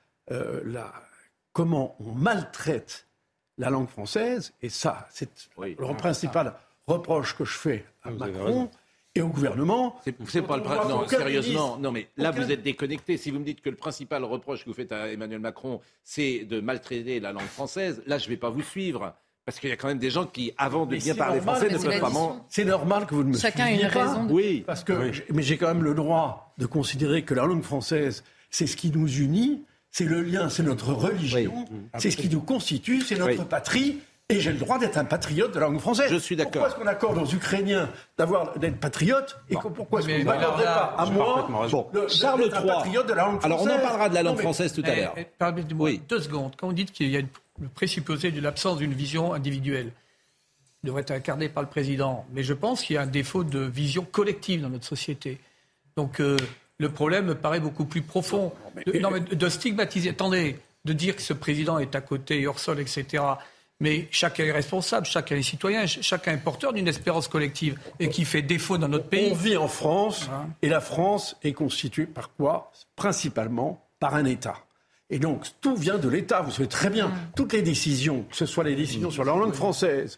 comment on maltraite la langue française, et ça, c'est le principal reproche que je fais à Macron et au gouvernement. C'est pas le problème. Non, sérieusement. Non, mais là, vous êtes déconnecté. Si vous me dites que le principal reproche que vous faites à Emmanuel Macron, c'est de maltraiter la langue française, là, je ne vais pas vous suivre. Parce qu'il y a quand même des gens qui, avant de bien parler français, ne peuvent pas... C'est normal que vous ne me suiviez pas. Chacun a une raison. Oui. Parce que, mais j'ai quand même le droit de considérer que la langue française, c'est ce qui nous unit, c'est le lien, c'est notre religion, c'est ce qui nous constitue, c'est notre patrie. Et j'ai le droit d'être un patriote de la langue française. Je suis d'accord. Pourquoi est-ce qu'on accorde aux Ukrainiens d'être patriotes et pourquoi est-ce qu'on ne m'accorderait pas à moi Charles III, patriote de la langue française? Alors on en parlera de la langue française tout à l'heure. Permettez-moi 2 secondes. Quand vous dites qu'il y a le présupposé de l'absence d'une vision individuelle, il devrait être incarné par le président. Mais je pense qu'il y a un défaut de vision collective dans notre société. Donc le problème me paraît beaucoup plus profond. De stigmatiser, attendez, de dire que ce président est à côté, hors sol, etc., mais chacun est responsable, chacun est citoyen, chacun est porteur d'une espérance collective et qui fait défaut dans notre pays. On vit en France et la France est constituée par quoi ? Principalement par un État. Et donc tout vient de l'État, vous savez très bien. Toutes les décisions, que ce soit les décisions sur la langue française,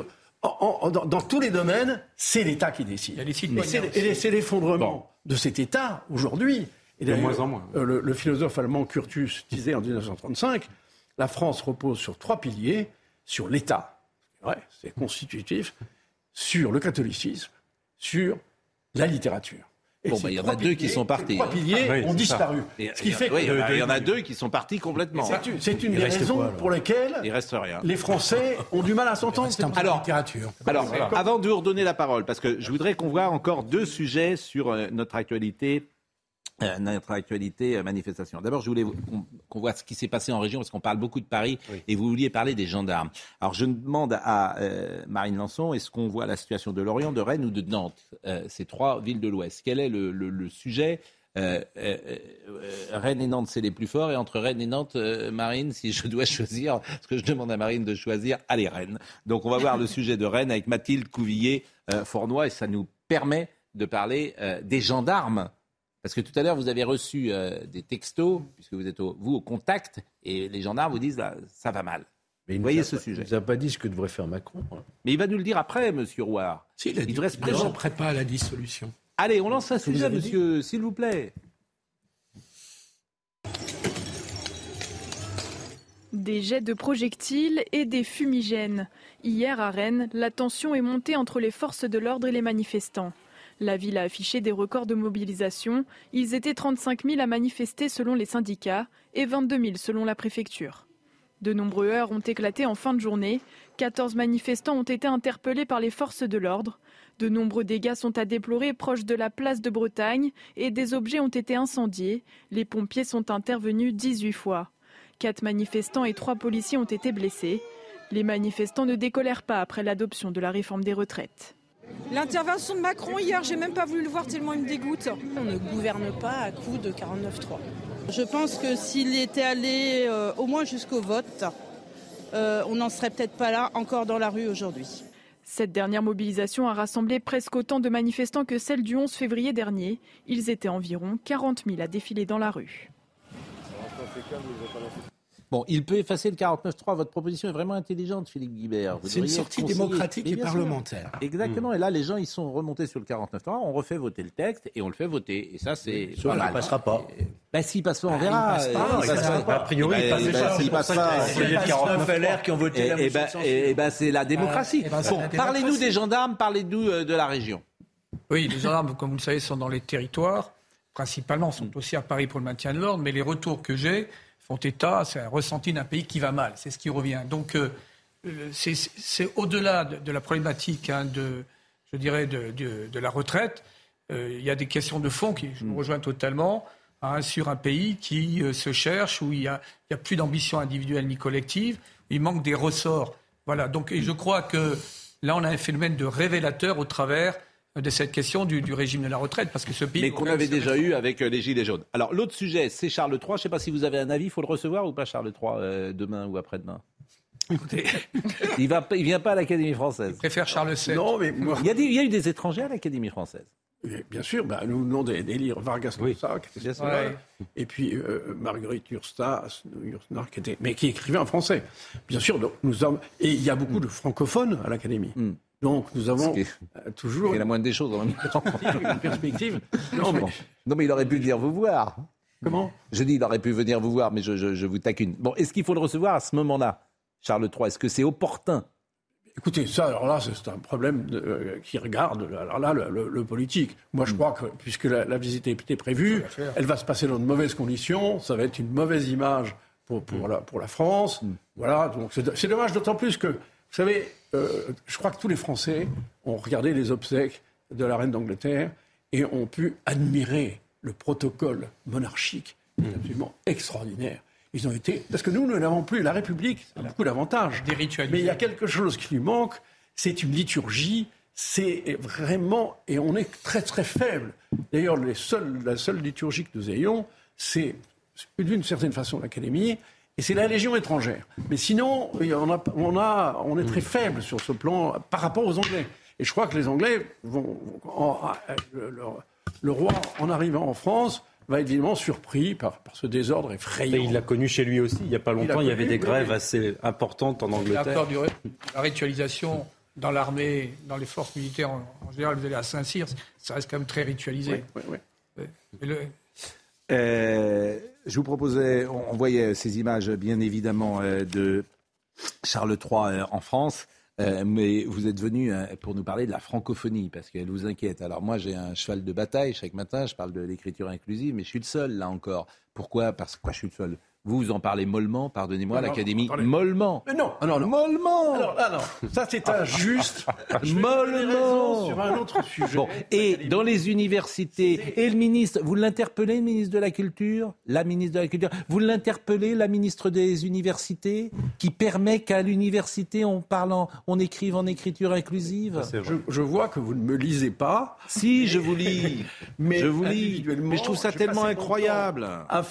dans tous les domaines, c'est l'État qui décide. Et c'est l'effondrement de cet État aujourd'hui. Et de moins en moins. Le philosophe allemand Curtius disait en 1935... la France repose sur 3 piliers, sur l'État, c'est vrai, c'est constitutif, sur le catholicisme, sur la littérature. Bon, il y en a 2 qui sont partis. 3 piliers ont disparu. Ce qui fait il y en a 2 qui sont partis complètement. C'est une des raisons pour lesquelles il reste rien. Les Français ont du mal à s'entendre. Alors, littérature. Avant de vous redonner la parole, parce que je voudrais qu'on voit encore 2 sujets sur notre actualité manifestation. D'abord, je voulais qu'on voit ce qui s'est passé en région, parce qu'on parle beaucoup de Paris, et vous vouliez parler des gendarmes. Alors, je demande à Marine Lançon, est-ce qu'on voit la situation de Lorient, de Rennes ou de Nantes, ces 3 villes de l'Ouest? Quel est le sujet? Rennes et Nantes, c'est les plus forts, et entre Rennes et Nantes, Marine, si je dois choisir, parce que je demande à Marine de choisir, allez, Rennes. Donc, on va voir le sujet de Rennes avec Mathilde Couvillier-Fornoy, et ça nous permet de parler des gendarmes. Parce que tout à l'heure, vous avez reçu des textos, puisque vous êtes au contact, et les gendarmes vous disent, là, ça va mal. Mais vous voyez ce sujet. Il ne nous a pas dit ce que devrait faire Macron. Mais il va nous le dire après, M. Rouard. Il devrait se présenter. Je ne prête pas à la dissolution. Allez, on lance un sujet, monsieur, s'il vous plaît. Des jets de projectiles et des fumigènes. Hier, à Rennes, la tension est montée entre les forces de l'ordre et les manifestants. La ville a affiché des records de mobilisation. Ils étaient 35 000 à manifester selon les syndicats et 22 000 selon la préfecture. De nombreux heurts ont éclaté en fin de journée. 14 manifestants ont été interpellés par les forces de l'ordre. De nombreux dégâts sont à déplorer proche de la place de Bretagne et des objets ont été incendiés. Les pompiers sont intervenus 18 fois. 4 manifestants et 3 policiers ont été blessés. Les manifestants ne décolèrent pas après l'adoption de la réforme des retraites. L'intervention de Macron hier, j'ai même pas voulu le voir tellement il me dégoûte. On ne gouverne pas à coup de 49-3. Je pense que s'il était allé au moins jusqu'au vote, on n'en serait peut-être pas là encore dans la rue aujourd'hui. Cette dernière mobilisation a rassemblé presque autant de manifestants que celle du 11 février dernier. Ils étaient environ 40 000 à défiler dans la rue. Bon, il peut effacer le 49.3. Votre proposition est vraiment intelligente, Philippe Guibert. C'est une sortie démocratique et parlementaire. Exactement. Et là, les gens, ils sont remontés sur le 49.3. On refait voter le texte et on le fait voter. Et ça, c'est pas mal. Il ne passera pas. S'il passe pas, on verra. A priori, il passe pas. Il y a 49 LR qui ont voté la motion de censure. C'est la démocratie. Bon, parlez-nous des gendarmes, parlez-nous de la région. Oui, les gendarmes, comme vous le savez, sont dans les territoires. Principalement, sont aussi à Paris pour le maintien de l'ordre. Mais les retours que j'ai font état, c'est un ressenti d'un pays qui va mal. C'est ce qui revient. Donc, c'est au-delà de la problématique de la retraite. Il y a des questions de fond qui je me rejoins totalement sur un pays qui se cherche, où il y a plus d'ambition individuelle ni collective, où il manque des ressorts. Voilà. Donc, et je crois que là, on a un phénomène de révélateur au travers de cette question du régime de la retraite, parce que ce pays... Mais qu'on avait déjà eu avec les Gilets jaunes. Alors, l'autre sujet, c'est Charles III. Je ne sais pas si vous avez un avis, il faut le recevoir ou pas, Charles III, demain ou après-demain? Écoutez... Il vient pas à l'Académie française. Je préfère Charles VII. Non, mais moi... il y a eu des étrangers à l'Académie française. Bien sûr, nous venons des livres Vargas Llosa, qui était et puis Marguerite Yourcenar, qui écrivait en français. Bien sûr, et il y a beaucoup de francophones à l'Académie. Donc nous avons toujours... C'est la moindre des choses en même temps. Une perspective. Non, mais il aurait pu venir vous voir. Comment? Je dis, il aurait pu venir vous voir, mais je vous taquine. Bon, est-ce qu'il faut le recevoir à ce moment-là, Charles III? Est-ce que c'est opportun? Écoutez, ça, alors là, c'est un problème qui regarde le politique. Moi, je crois que, puisque la visite était prévue, elle va se passer dans de mauvaises conditions, ça va être une mauvaise image pour la France. Voilà, donc c'est dommage, d'autant plus que, vous savez, je crois que tous les Français ont regardé les obsèques de la reine d'Angleterre et ont pu admirer le protocole monarchique, absolument extraordinaire. Ils ont été... Parce que nous n'avons plus. La République a beaucoup d'avantages. Mais il y a quelque chose qui lui manque, c'est une liturgie. C'est vraiment... Et on est très très faible. D'ailleurs, la seule liturgie que nous ayons, c'est d'une certaine façon l'Académie, et c'est la Légion étrangère. Mais sinon, on est très faible sur ce plan par rapport aux Anglais. Et je crois que les Anglais le roi, en arrivant en France, va être évidemment surpris par ce désordre effrayant. Et il l'a connu chez lui aussi. Il n'y a pas longtemps, il y avait des grèves assez importantes en Angleterre. Il y a encore la ritualisation dans l'armée, dans les forces militaires en général. Vous allez à Saint-Cyr, ça reste quand même très ritualisé. Oui. Je vous proposais, on voyait ces images bien évidemment de Charles III en France, mais vous êtes venu pour nous parler de la francophonie parce qu'elle vous inquiète. Alors moi j'ai un cheval de bataille chaque matin, je parle de l'écriture inclusive, mais je suis le seul là encore. Pourquoi ? Parce que je suis le seul. Vous en parlez mollement, pardonnez-moi, l'Académie. Mollement. Mais non. Mollement. Alors, ça c'est injuste. Mollement. Sur un autre sujet. Bon, et dans les universités, et le ministre, vous l'interpellez, le ministre de la Culture, la ministre de la Culture, vous l'interpellez, la ministre des Universités, qui permet qu'à l'université on écrive en écriture inclusive. Je vois que vous ne me lisez pas. Si, je vous lis. Mais je trouve ça tellement incroyable.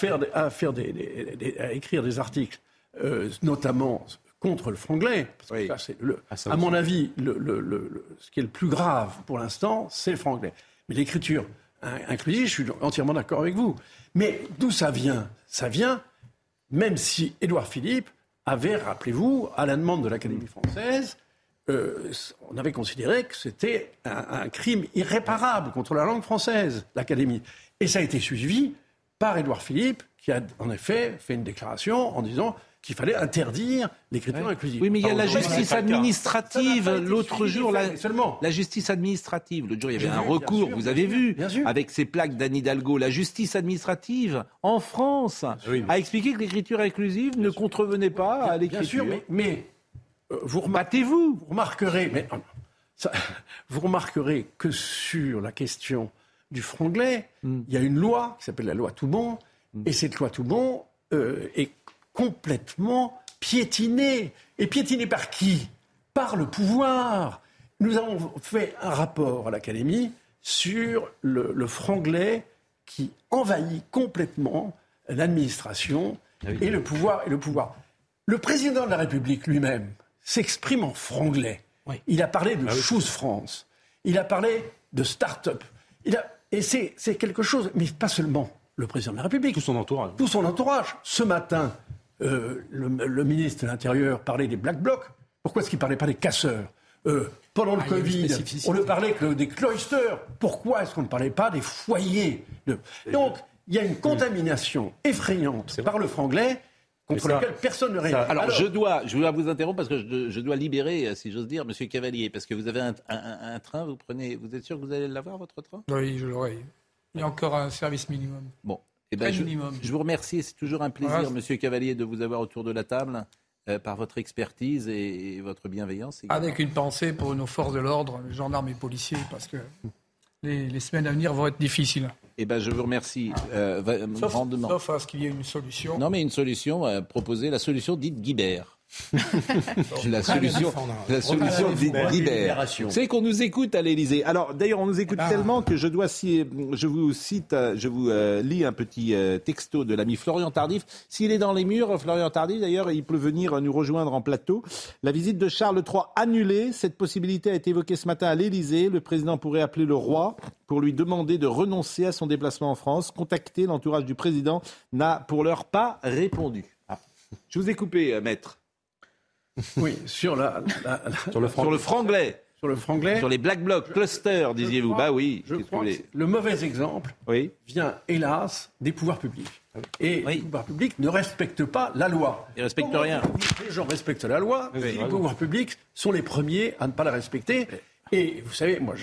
À écrire des articles, notamment contre le franglais. Parce que ça, à mon avis, ce qui est le plus grave pour l'instant, c'est le franglais. Mais l'écriture inclusive, je suis entièrement d'accord avec vous. Mais d'où ça vient ? Ça vient, même si Édouard Philippe avait, rappelez-vous, à la demande de l'Académie française, on avait considéré que c'était un crime irréparable contre la langue française, l'Académie. Et ça a été suivi par Édouard Philippe, qui a en effet fait une déclaration en disant qu'il fallait interdire l'écriture inclusive. Oui, mais il y a la justice administrative. L'autre jour, la justice administrative. L'autre jour, il y avait un recours, vous avez vu, avec ces plaques d'Anne Hidalgo. La justice administrative, en France, a expliqué que l'écriture inclusive ne contrevenait pas à l'écriture. Bien sûr, mais vous remarquerez que sur la question du franglais, il y a une loi qui s'appelle la loi Toubon, et cette loi Toubon est complètement piétinée. Et piétinée par qui ? Par le pouvoir. Nous avons fait un rapport à l'Académie sur le franglais qui envahit complètement l'administration et le pouvoir. Le président de la République lui-même s'exprime en franglais. Il a parlé de Choose France. Il a parlé de start-up. Et c'est quelque chose, mais pas seulement le président de la République. Tout son entourage. Tout son entourage. Ce matin, le ministre de l'Intérieur parlait des Black Blocs. Pourquoi est-ce qu'il ne parlait pas des casseurs ? Pendant le Covid, on ne parlait que des cloisters. Pourquoi est-ce qu'on ne parlait pas des foyers Donc, il y a une contamination effrayante par le franglais contre lequel personne ne réagit. Alors, je dois vous interrompre parce que je dois libérer, si j'ose dire, Monsieur Cavalier, parce que vous avez un train, vous êtes sûr que vous allez l'avoir, votre train ? Oui, je l'aurai. Il y a encore un service minimum. Bon, je vous remercie, c'est toujours un plaisir, Monsieur Cavalier, de vous avoir autour de la table, par votre expertise et votre bienveillance. Avec une pensée pour nos forces de l'ordre, les gendarmes et policiers, parce que les semaines à venir vont être difficiles. Je vous remercie grandement. Sauf à ce qu'il y ait une solution. Non, mais une solution proposée, la solution dite Guibert. La solution dite Guibert. C'est qu'on nous écoute à l'Élysée. Alors, d'ailleurs, on nous écoute tellement que je vous lis un petit texto de l'ami Florian Tardif. S'il est dans les murs, Florian Tardif, d'ailleurs, il peut venir nous rejoindre en plateau. La visite de Charles III annulée. Cette possibilité a été évoquée ce matin à l'Élysée. Le président pourrait appeler le roi pour lui demander de renoncer à son déplacement en France. Contacté, l'entourage du président n'a pour l'heure pas répondu. Je vous ai coupé, maître. Oui, sur le franglais. Sur le franglais. Sur les Black Blocs, clusters, disiez-vous. Je crois que le mauvais exemple vient, hélas, des pouvoirs publics. Et les pouvoirs publics ne respectent pas la loi. Ils ne respectent rien. Les gens respectent la loi, et les pouvoirs publics sont les premiers à ne pas la respecter. Et vous savez, moi,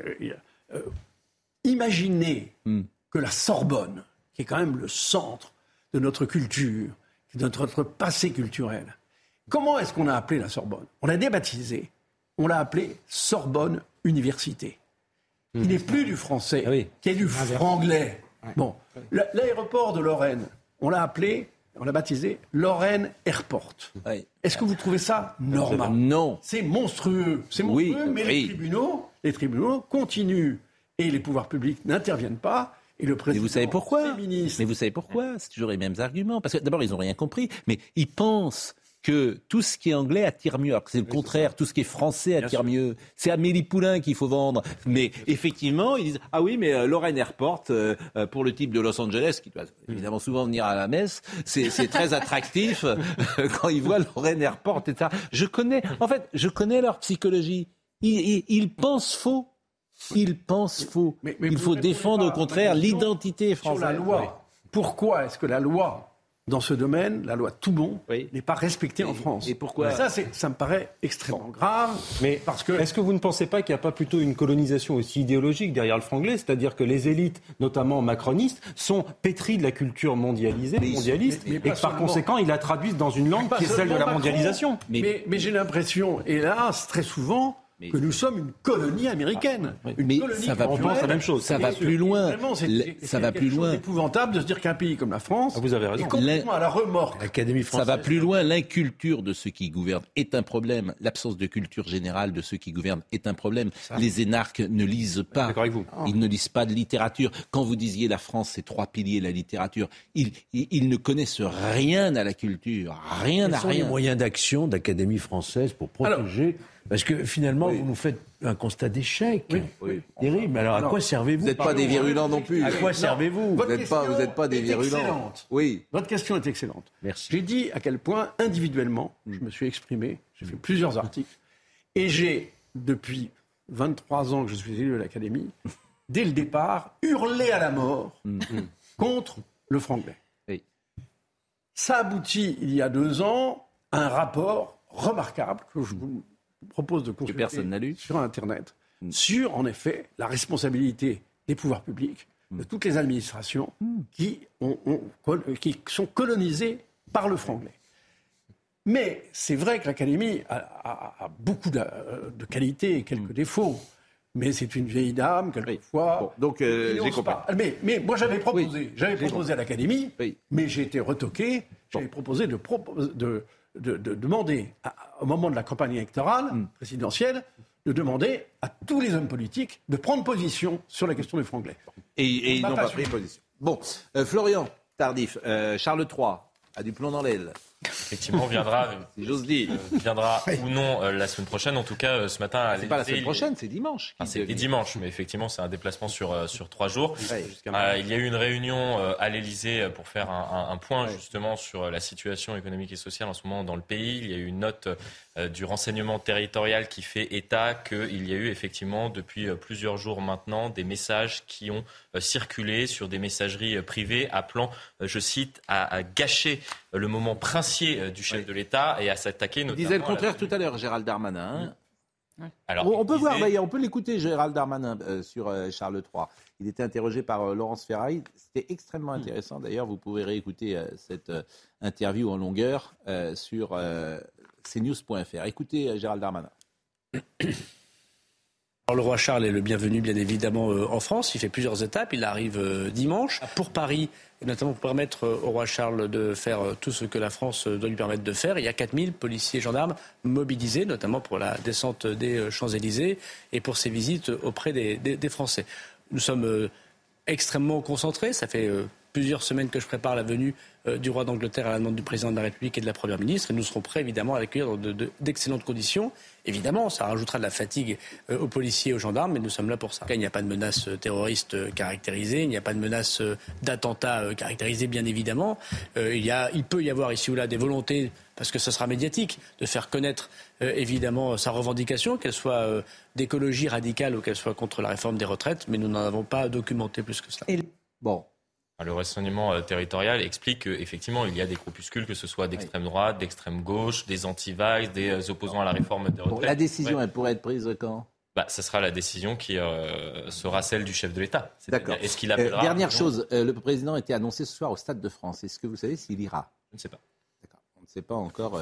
imaginez que la Sorbonne, qui est quand même le centre de notre culture, de notre passé culturel, comment est-ce qu'on a appelé la Sorbonne ? On l'a débaptisée, on l'a appelée Sorbonne Université. Il n'est plus du français, qui est du franglais. Bon, l'aéroport de Lorraine, on l'a baptisé Lorraine Airport. Est-ce que vous trouvez ça normal ? Non. C'est monstrueux. Mais les tribunaux continuent et les pouvoirs publics n'interviennent pas. Et le président, vous savez pourquoi ? C'est toujours les mêmes arguments. Parce que d'abord, ils n'ont rien compris, mais ils pensent que tout ce qui est anglais attire mieux. Alors que c'est le contraire, tout ce qui est français attire mieux. C'est Amélie Poulain qu'il faut vendre. Mais effectivement, ils disent « Ah oui, mais Lorraine Airport, pour le type de Los Angeles, qui doit évidemment souvent venir à la messe, c'est très attractif quand ils voient Lorraine Airport, etc. » Je connais leur psychologie. Ils pensent faux. Il faut défendre au contraire l'identité française. Sur la loi pourquoi est-ce que la loi, dans ce domaine, la loi Toubon, n'est pas respectée en France. Et pourquoi ? Ça me paraît extrêmement grave. Mais est-ce que vous ne pensez pas qu'il n'y a pas plutôt une colonisation aussi idéologique derrière le franglais ? C'est-à-dire que les élites, notamment macronistes, sont pétries de la culture mondialisée, mondialiste, et que par conséquent, ils la traduisent dans une langue qui est celle de la mondialisation. Mais j'ai l'impression, hélas, très souvent, que nous sommes une colonie américaine. Mais ça va plus loin. La même chose. Ça va plus loin. Ça va plus loin. C'est épouvantable de se dire qu'un pays comme la France vous avez raison. est complètement à la remorque. L'Académie française. Ça va plus loin. L'inculture de ceux qui gouvernent est un problème. L'absence de culture générale de ceux qui gouvernent est un problème. Les énarques ne lisent pas. D'accord avec vous. Ils ne lisent pas de littérature. Quand vous disiez la France, c'est 3 piliers, la littérature, ils ne connaissent rien à la culture. Rien à rien. Quels sont les moyens d'action d'Académie française pour protéger... Parce que finalement, vous nous faites un constat d'échec. Terrible. Alors, à quoi servez-vous ? Vous n'êtes pas des virulents non plus. À quoi servez-vous ? Vous n'êtes pas des virulents. Excellente. Oui. Votre question est excellente. Merci. J'ai dit à quel point, individuellement, je me suis exprimé. J'ai fait plusieurs articles. Et j'ai, depuis 23 ans que je suis élu à l'Académie, dès le départ, hurlé à la mort contre le franglais. Oui. Ça aboutit, il y a 2 ans, à un rapport remarquable que je vous propose de consulter sur Internet, sur, en effet, la responsabilité des pouvoirs publics, de toutes les administrations qui sont colonisées par le franglais. Mais c'est vrai que l'Académie a beaucoup de qualités et quelques défauts. Mais c'est une vieille dame, quelquefois. Bon, donc, j'ai compris. Mais moi, j'avais proposé à l'Académie, mais j'ai été retoqué. J'avais proposé de demander, au moment de la campagne électorale présidentielle, de demander à tous les hommes politiques de prendre position sur la question du franglais. Et ils n'ont pas pris position. Bon, Florian Tardif, Charles III a du plomb dans l'aile. Effectivement, viendra, si j'ose dire, viendra ou non la semaine prochaine. En tout cas, ce matin, c'est pas la semaine prochaine, c'est dimanche. C'est dimanche, mais effectivement, c'est un déplacement sur 3 jours. Il y a eu une réunion à l'Élysée pour faire un point justement sur la situation économique et sociale en ce moment dans le pays. Il y a eu une note du renseignement territorial qui fait état qu'il y a eu effectivement depuis plusieurs jours maintenant des messages qui ont circulé sur des messageries privées appelant, je cite, à gâcher le moment princier du chef de l'État et à s'attaquer notamment... Il disait le contraire tout à l'heure, Gérald Darmanin. Alors, on peut voir, d'ailleurs, on peut l'écouter, Gérald Darmanin, sur Charles III. Il était interrogé par Laurence Ferrari. C'était extrêmement intéressant. D'ailleurs, vous pouvez réécouter cette interview en longueur sur cnews.fr. Écoutez Gérald Darmanin. Alors, le roi Charles est le bienvenu, bien évidemment, en France. Il fait plusieurs étapes. Il arrive dimanche pour Paris, et notamment pour permettre au roi Charles de faire tout ce que la France doit lui permettre de faire. Il y a 4000 policiers et gendarmes mobilisés, notamment pour la descente des Champs-Élysées et pour ses visites auprès des Français. Nous sommes extrêmement concentrés. Ça fait plusieurs semaines que je prépare la venue du roi d'Angleterre à la demande du président de la République et de la Première ministre. Et nous serons prêts, évidemment, à l'accueillir dans d'excellentes conditions. Évidemment, ça rajoutera de la fatigue aux policiers et aux gendarmes, mais nous sommes là pour ça. Il n'y a pas de menace terroriste caractérisée, il n'y a pas de menace d'attentat caractérisée, bien évidemment. Il peut y avoir ici ou là des volontés, parce que ce sera médiatique, de faire connaître, évidemment, sa revendication, qu'elle soit d'écologie radicale ou qu'elle soit contre la réforme des retraites, mais nous n'en avons pas documenté plus que cela. Bon. Le renseignement territorial explique qu'effectivement, il y a des groupuscules, que ce soit d'extrême droite, d'extrême gauche, des anti-vax, des opposants à la réforme des retraites. La décision, elle pourrait être prise quand ? Ce sera la décision qui sera celle du chef de l'État. D'accord. Est-ce qu'il appellera dernière chose, le président était annoncé ce soir au Stade de France. Est-ce que vous savez s'il ira ? Je ne sais pas. D'accord. On ne sait pas encore.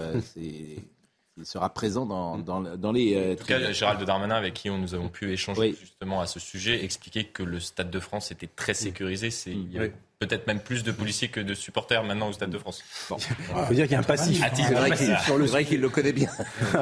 Il sera présent dans les... En tout cas, Gérald Darmanin, avec qui nous avons pu échanger justement à ce sujet, expliquait que le Stade de France était très sécurisé. Il y avait peut-être même plus de policiers que de supporters maintenant au Stade de France. Bon. Il faut dire qu'il y a un passif. C'est vrai qu'il le connaît bien.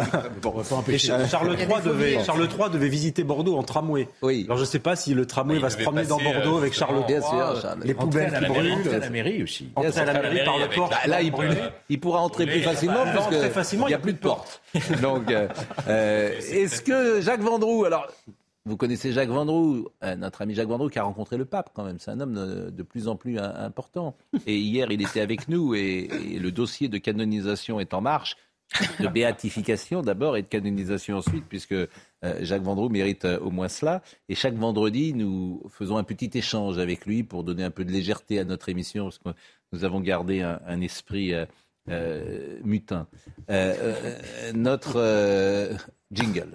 Charles III devait visiter Bordeaux en tramway. Oui. Alors je ne sais pas si le tramway va se promener dans Bordeaux avec Charles III. Bien sûr, les poubelles qui brûlent. Entrer à la mairie aussi. Entrer à la mairie par le port. Là, il pourra entrer plus facilement parce qu'il n'y a plus de porte. Donc, est-ce que Jacques Vendroux... Alors, vous connaissez Jacques Vendroux, notre ami Jacques Vendroux qui a rencontré le pape quand même. C'est un homme de plus en plus important. Et hier, il était avec nous et le dossier de canonisation est en marche. de béatification d'abord et de canonisation ensuite, puisque Jacques Vendroux mérite au moins cela. Et chaque vendredi, nous faisons un petit échange avec lui pour donner un peu de légèreté à notre émission, parce que nous avons gardé un esprit mutin. Notre jingle.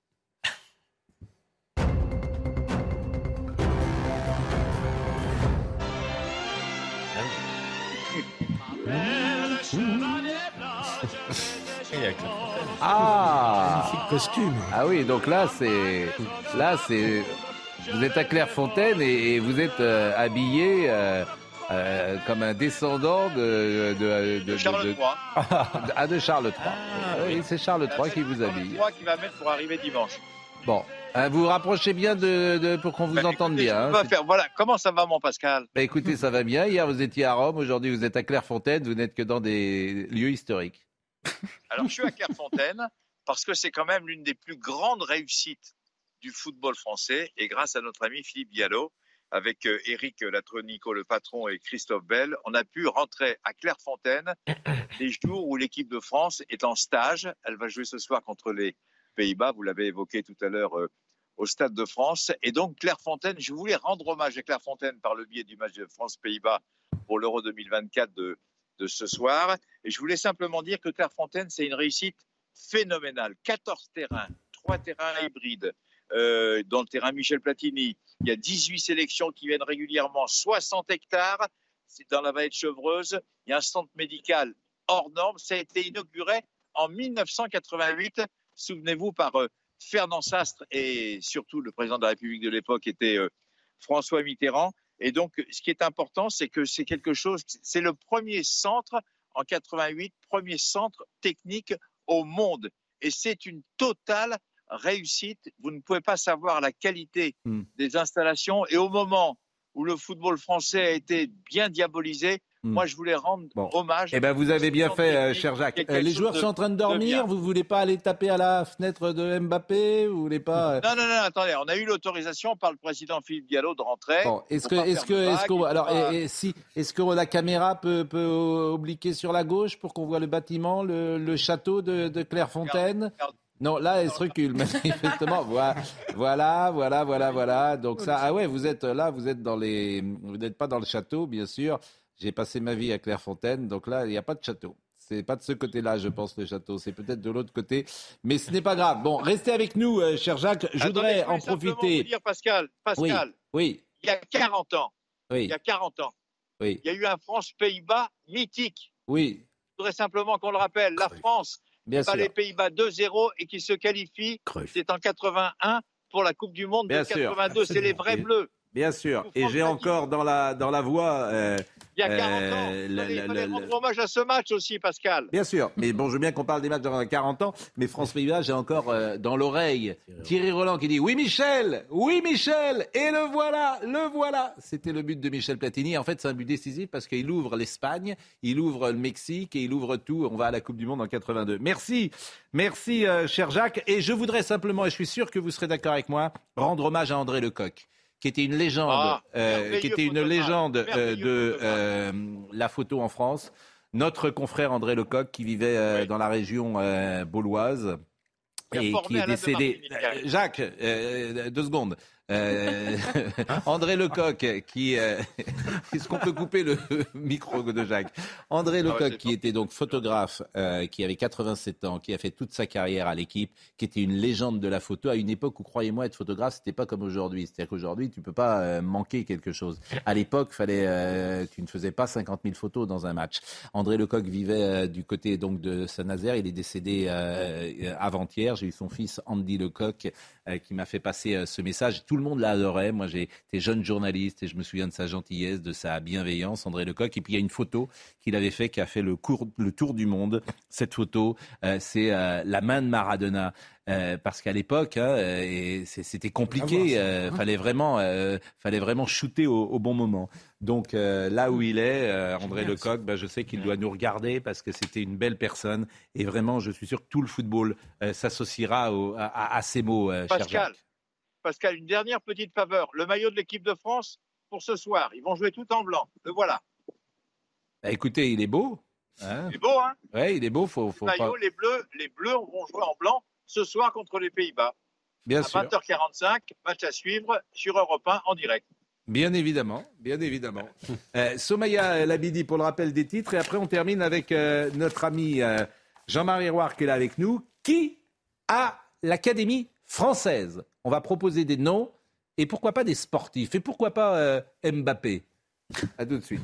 Magnifique costume. Ah oui, donc là c'est vous êtes à Clairefontaine et vous êtes habillé comme un descendant de Charles III. De Charles III. Oui, c'est Charles III qui vous habille. Charles III qui va mettre pour arriver dimanche. Bon, vous rapprochez bien pour qu'on vous entende écoutez, bien. Voilà, comment ça va mon Pascal? Écoutez, ça va bien. Hier vous étiez à Rome, aujourd'hui vous êtes à Clairefontaine. Vous n'êtes que dans des lieux historiques. Alors je suis à Clairefontaine parce que c'est quand même l'une des plus grandes réussites du football français et grâce à notre ami Philippe Diallo, avec Éric Latronico, le patron, et Christophe Bell, on a pu rentrer à Clairefontaine les jours où l'équipe de France est en stage. Elle va jouer ce soir contre les Pays-Bas, vous l'avez évoqué tout à l'heure au Stade de France. Et donc Clairefontaine, je voulais rendre hommage à Clairefontaine par le biais du match de France-Pays-Bas pour l'Euro 2024 de ce soir. Et je voulais simplement dire que Clairefontaine, c'est une réussite phénoménale. 14 terrains, 3 terrains hybrides, dans le terrain Michel Platini. Il y a 18 sélections qui viennent régulièrement, 60 hectares, c'est dans la vallée de Chevreuse. Il y a un centre médical hors norme. Ça a été inauguré en 1988, souvenez-vous, par Fernand Sastre et surtout le président de la République de l'époque était François Mitterrand. Et donc, ce qui est important, c'est que c'est quelque chose, c'est le premier centre en 88, premier centre technique au monde. Et c'est une totale réussite. Vous ne pouvez pas savoir la qualité des installations. Et au moment où le football français a été bien diabolisé, moi, je voulais rendre hommage. Eh ben, vous avez bien fait, cher Jacques. Les joueurs sont en train de dormir. Vous voulez pas aller taper à la fenêtre de Mbappé? Vous voulez pas Non, attendez. On a eu l'autorisation par le président Philippe Diallo de rentrer. Bon, est-ce que la caméra peut obliquer sur la gauche pour qu'on voit le bâtiment, le château de Clairefontaine? Non, là, elle se recule, manifestement. Voilà. Donc ça, ah ouais, vous êtes dans vous n'êtes pas dans le château, bien sûr. J'ai passé ma vie à Clairefontaine, donc là, il n'y a pas de château. C'est pas de ce côté-là, je pense, le château. C'est peut-être de l'autre côté, mais ce n'est pas grave. Bon, restez avec nous, cher Jacques. Je voudrais en profiter. Vous dire, Pascal, oui. Il y a 40 ans, oui. Il y a eu un France-Pays-Bas mythique. Oui. Je voudrais simplement qu'on le rappelle. La France bat les Pays-Bas 2-0 et qui se qualifie. C'est en 81 pour la Coupe du Monde de 82. C'est les vrais bleus. Bien sûr. Et j'ai encore dans la voix. Il y a 40 ans. Il fallait rendre hommage à ce match aussi, Pascal. Bien sûr. Mais bon, je veux bien qu'on parle des matchs dans 40 ans. Mais France-Pays-Bas, j'ai encore dans l'oreille Thierry Roland qui dit oui, Michel. Et le voilà. C'était le but de Michel Platini. En fait, c'est un but décisif parce qu'il ouvre l'Espagne, il ouvre le Mexique et il ouvre tout. On va à la Coupe du Monde en 82. Merci, cher Jacques. Et je voudrais simplement, et je suis sûr que vous serez d'accord avec moi, rendre hommage à André Lecoq, qui était une légende, de la photo en France. Notre confrère André Lecoq, qui vivait dans la région bauloise et qui est décédé. Jacques, 2 secondes. André Lecoq, qui est-ce qu'on peut couper le micro de Jacques? André Lecoq, qui était donc photographe, qui avait 87 ans, qui a fait toute sa carrière à l'équipe, qui était une légende de la photo à une époque où, croyez-moi, être photographe, c'était pas comme aujourd'hui. C'est-à-dire qu'aujourd'hui, tu peux pas manquer quelque chose. À l'époque, tu ne faisais pas 50 000 photos dans un match. André Lecoq vivait du côté donc de Saint-Nazaire. Il est décédé avant-hier. J'ai eu son fils Andy Lecoq qui m'a fait passer ce message. Tout le monde l'adorait. Moi, j'étais jeune journaliste et je me souviens de sa gentillesse, de sa bienveillance, André Lecoq. Et puis, il y a une photo qu'il avait fait, qui a fait le tour du monde. Cette photo, c'est la main de Maradona. Parce qu'à l'époque, c'était compliqué. Fallait vraiment shooter au bon moment. Donc là où il est, André Lecoq, je sais qu'il doit nous regarder parce que c'était une belle personne. Et vraiment, je suis sûr que tout le football s'associera à ces mots, cher Jacques. Pascal, une dernière petite faveur. Le maillot de l'équipe de France pour ce soir. Ils vont jouer tout en blanc. Le voilà. Écoutez, il est beau. Hein, il est beau, hein? Ouais, il est beau. Faut maillot, pas... les Bleus vont jouer en blanc ce soir contre les Pays-Bas. Bien à sûr. 20h45, match à suivre sur Europe 1 en direct. Bien évidemment. Somaya Labidi pour le rappel des titres. Et après, on termine avec notre ami Jean-Marie Roire qui est là avec nous, qui a l'Académie française. On va proposer des noms et pourquoi pas des sportifs. Et pourquoi pas Mbappé. À tout de suite.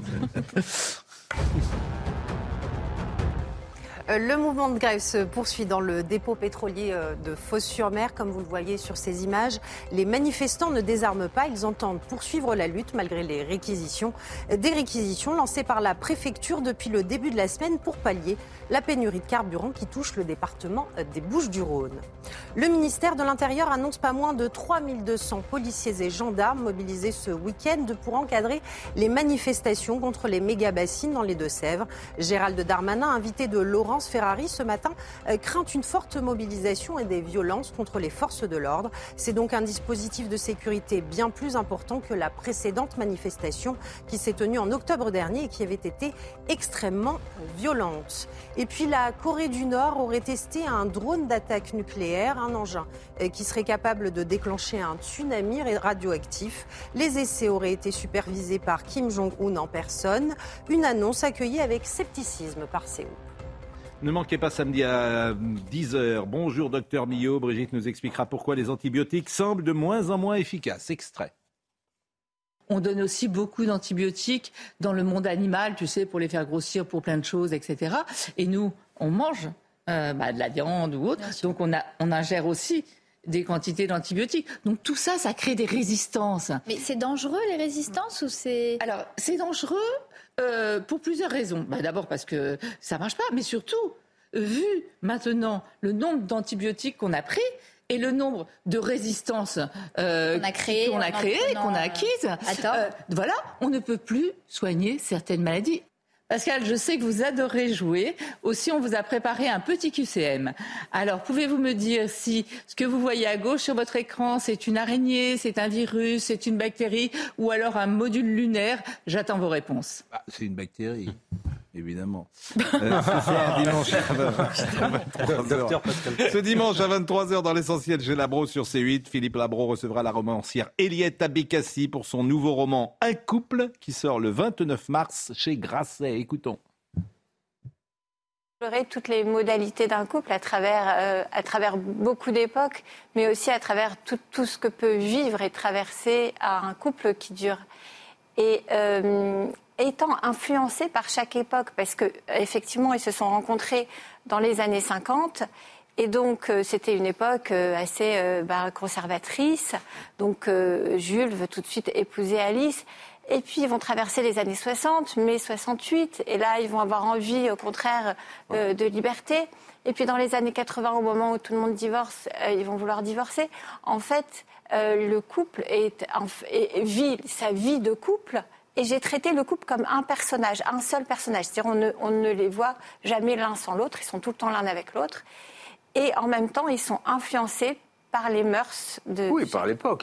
Le mouvement de grève se poursuit dans le dépôt pétrolier de Fos-sur-Mer. Comme vous le voyez sur ces images, les manifestants ne désarment pas. Ils entendent poursuivre la lutte malgré les réquisitions. Des réquisitions lancées par la préfecture depuis le début de la semaine pour pallier la pénurie de carburant qui touche le département des Bouches-du-Rhône. Le ministère de l'Intérieur annonce pas moins de 3200 policiers et gendarmes mobilisés ce week-end pour encadrer les manifestations contre les méga-bassines dans les Deux-Sèvres. Gérald Darmanin, invité de Laurence Ferrari ce matin, craint une forte mobilisation et des violences contre les forces de l'ordre. C'est donc un dispositif de sécurité bien plus important que la précédente manifestation qui s'est tenue en octobre dernier et qui avait été extrêmement violente. Et puis la Corée du Nord aurait testé un drone d'attaque nucléaire, un engin qui serait capable de déclencher un tsunami radioactif. Les essais auraient été supervisés par Kim Jong-un en personne. Une annonce accueillie avec scepticisme par Séoul. Ne manquez pas samedi à 10h. Bonjour Docteur Millot. Brigitte nous expliquera pourquoi les antibiotiques semblent de moins en moins efficaces. Extrait. On donne aussi beaucoup d'antibiotiques dans le monde animal, tu sais, pour les faire grossir, pour plein de choses, etc. Et nous, on mange de la viande ou autre. Donc on ingère aussi des quantités d'antibiotiques. Donc tout ça, ça crée des résistances. Mais c'est dangereux, les résistances, ou c'est... Alors, c'est dangereux pour plusieurs raisons. D'abord parce que ça marche pas, mais surtout, vu maintenant le nombre d'antibiotiques qu'on a pris, et le nombre de résistances qu'on a acquises, voilà, on ne peut plus soigner certaines maladies. Pascal, je sais que vous adorez jouer. Aussi, on vous a préparé un petit QCM. Alors, pouvez-vous me dire si ce que vous voyez à gauche sur votre écran, c'est une araignée, c'est un virus, c'est une bactérie ou alors un module lunaire? J'attends vos réponses. C'est une bactérie. Évidemment. Ce soir, dimanche à 23h. Ce dimanche à 23h dans l'essentiel chez Labro sur C8, Philippe Labro recevra la romancière Eliette Abékassi pour son nouveau roman Un couple qui sort le 29 mars chez Grasset. Écoutons. Explorer toutes les modalités d'un couple à travers beaucoup d'époques, mais aussi à travers tout ce que peut vivre et traverser un couple qui dure. Et étant influencés par chaque époque, parce qu'effectivement, ils se sont rencontrés dans les années 50, et donc c'était une époque assez conservatrice. Donc Jules veut tout de suite épouser Alice, et puis ils vont traverser les années 60, mai 68, et là ils vont avoir envie, au contraire, de liberté. Et puis dans les années 80, au moment où tout le monde divorce, ils vont vouloir divorcer. En fait, le couple vit sa vie de couple. Et j'ai traité le couple comme un personnage, un seul personnage. C'est-à-dire on ne les voit jamais l'un sans l'autre, ils sont tout le temps l'un avec l'autre. Et en même temps, ils sont influencés par les mœurs de... Oui, par l'époque.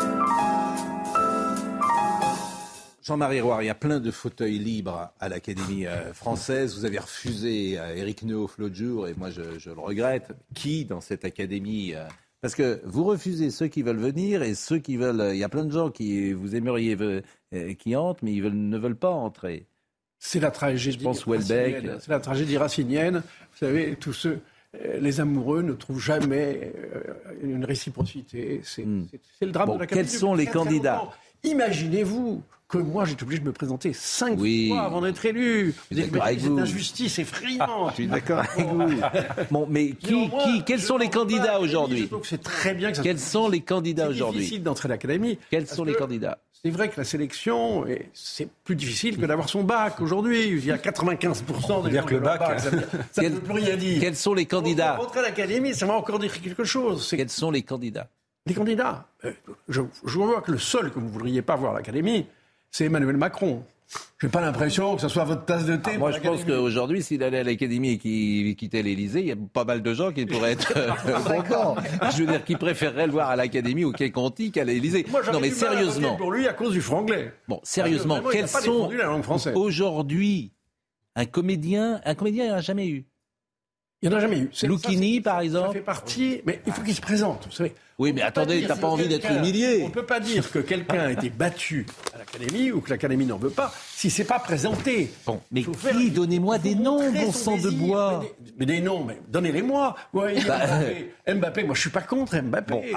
Jean-Marie Roire, il y a plein de fauteuils libres à l'Académie française. Vous avez refusé Éric Neauff l'autre jour, et moi je le regrette. Qui dans cette Académie parce que vous refusez ceux qui veulent venir et ceux qui veulent... Il y a plein de gens qui vous aimeriez qui entrent, mais ne veulent pas entrer. C'est la tragédie racinienne. C'est la tragédie racinienne. Vous savez, tous ceux... Les amoureux ne trouvent jamais une réciprocité. C'est le drame de la Quels sont les candidats? Imaginez-vous que moi, j'étais obligé de me présenter 5 fois avant d'être élu. C'est une injustice effrayante. Je suis d'accord avec vous. Bon, mais quels sont les candidats aujourd'hui? Je trouve que c'est très bien que ça Quels sont les candidats aujourd'hui? C'est difficile d'entrer à l'Académie. Quels sont les candidats? C'est vrai que la sélection, c'est plus difficile que d'avoir son bac aujourd'hui. Il y a 95% des gens que le bac, ça ne veut plus rien dire. Quels sont les candidats? Rentrer à l'Académie, ça va encore dire quelque chose. Quels sont les candidats? Les candidats, je vois que le seul que vous ne voudriez pas voir à l'Académie, c'est Emmanuel Macron. Je n'ai pas l'impression que ce soit votre tasse de thé. Moi, je pense qu'aujourd'hui, s'il allait à l'Académie et qu'il quittait l'Élysée, il y a pas mal de gens qui pourraient être contents. Je veux dire, qui préféreraient le voir à l'Académie ou Quai-Conti qu'à l'Élysée. Non, mais sérieusement. Pour lui, à cause du franglais. Bon, sérieusement, quels sont aujourd'hui Un comédien, il n'y en a jamais eu. Il n'y en a jamais eu. Lucchini, par exemple. Ça fait partie, mais il faut qu'il se présente, vous savez. Oui, mais attendez, t'as pas envie d'être humilié. On ne peut pas dire que quelqu'un a été battu à l'Académie ou que l'Académie n'en veut pas si c'est pas présenté. Bon, mais qui? Donnez-moi des noms, bon sang de bois. Mais des noms, mais donnez-les-moi. Ouais, Mbappé, moi je suis pas contre Mbappé. Bon,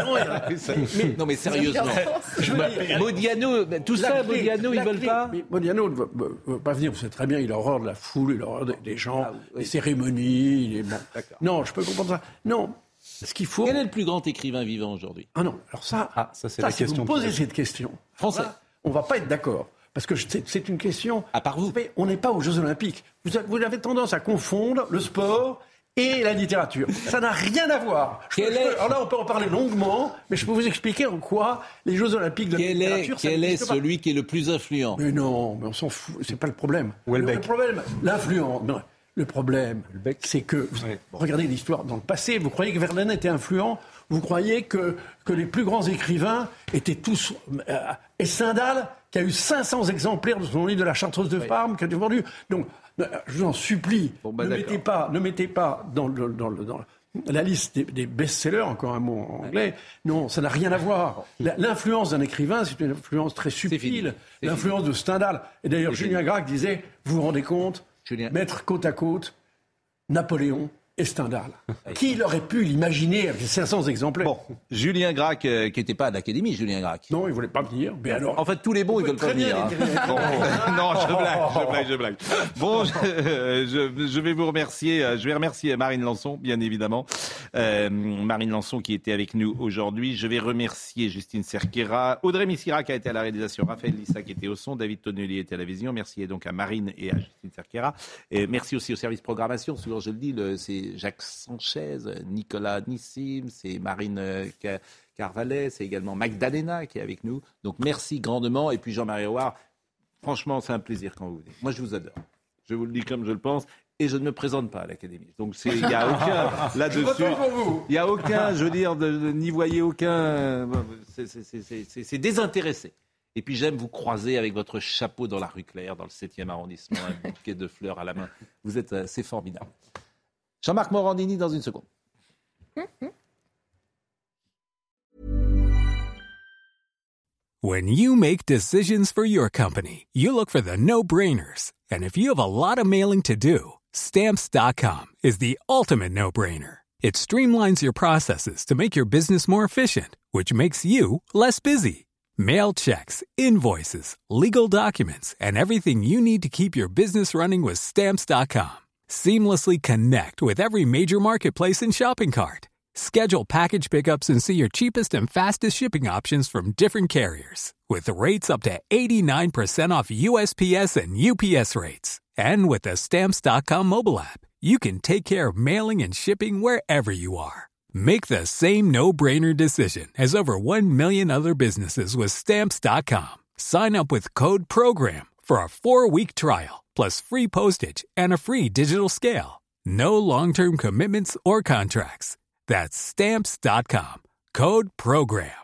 non, mais sérieusement. Modiano, tout ça, Modiano, ils veulent pas. Mais Modiano ne veut pas venir. Vous savez très bien, il a horreur de la foule, il a horreur des gens, des cérémonies. Non, je peux comprendre ça. Non. Ce qu'il faut... Quel est le plus grand écrivain vivant aujourd'hui? Ah non, alors ça c'est la question. Si vous posez cette question, français, on ne va pas être d'accord. Parce que c'est une question... À part vous. On n'est pas aux Jeux Olympiques. Vous avez tendance à confondre le sport et la littérature. Ça n'a rien à voir. Alors là, on peut en parler longuement, mais je peux vous expliquer en quoi les Jeux Olympiques de littérature... Quel est celui qui est le plus influent? Mais non, mais on s'en fout. C'est pas le problème. Houellebecq. Le problème, l'influence... Non. Le problème, c'est que, regardez l'histoire dans le passé, vous croyez que Verlaine était influent, vous croyez que les plus grands écrivains étaient tous... et Stendhal, qui a eu 500 exemplaires de son livre de la Chartreuse de Parme, qui a été vendu. Donc, je vous en supplie, ne mettez pas dans la liste des best-sellers, encore un mot en anglais. Non, ça n'a rien à voir. L'influence d'un écrivain, c'est une influence très subtile. L'influence de Stendhal. Et d'ailleurs, Julien Gracq disait, vous vous rendez compte, mettre côte à côte Napoléon et Stendhal. Qui aurait pu l'imaginer avec 500 exemplaires? Bon, Julien Gracq, qui n'était pas à l'Académie, Julien Gracq. Non, il ne voulait pas venir. Mais alors, en fait, tous les bons, ils ne veulent pas venir. Non, je blague. Bon, je vais vous remercier. Je vais remercier Marine Lançon, bien évidemment. Marine Lançon qui était avec nous aujourd'hui. Je vais remercier Justine Cerqueira, Audrey Missira qui a été à la réalisation, Raphaël Lissa qui était au son, David Tonnelier était à la vision. Merci donc à Marine et à Justine Cerqueira. Et merci aussi au service programmation. Souvent, je le dis, c'est Jacques Sanchez, Nicolas Nissim, c'est Marine Carvalet, c'est également Magdalena qui est avec nous. Donc merci grandement. Et puis Jean-Marie Houard, franchement, c'est un plaisir quand vous venez. Moi, je vous adore. Je vous le dis comme je le pense. Et je ne me présente pas à l'Académie. Donc il n'y a aucun là-dessus. Il n'y a aucun, je veux dire, n'y voyez aucun. C'est désintéressé. Et puis j'aime vous croiser avec votre chapeau dans la rue Claire, dans le 7e arrondissement, un bouquet de fleurs à la main. C'est formidable. Jean-Marc Morandini dans une seconde. When you make decisions for your company, you look for the no-brainers. And if you have a lot of mailing to do, Stamps.com is the ultimate no-brainer. It streamlines your processes to make your business more efficient, which makes you less busy. Mail checks, invoices, legal documents, and everything you need to keep your business running with Stamps.com. Seamlessly connect with every major marketplace and shopping cart. Schedule package pickups and see your cheapest and fastest shipping options from different carriers. With rates up to 89% off USPS and UPS rates. And with the Stamps.com mobile app, you can take care of mailing and shipping wherever you are. Make the same no-brainer decision as over 1 million other businesses with Stamps.com. Sign up with code PROGRAM for a 4-week trial, plus free postage and a free digital scale. No long-term commitments or contracts. That's Stamps.com. Code PROGRAM.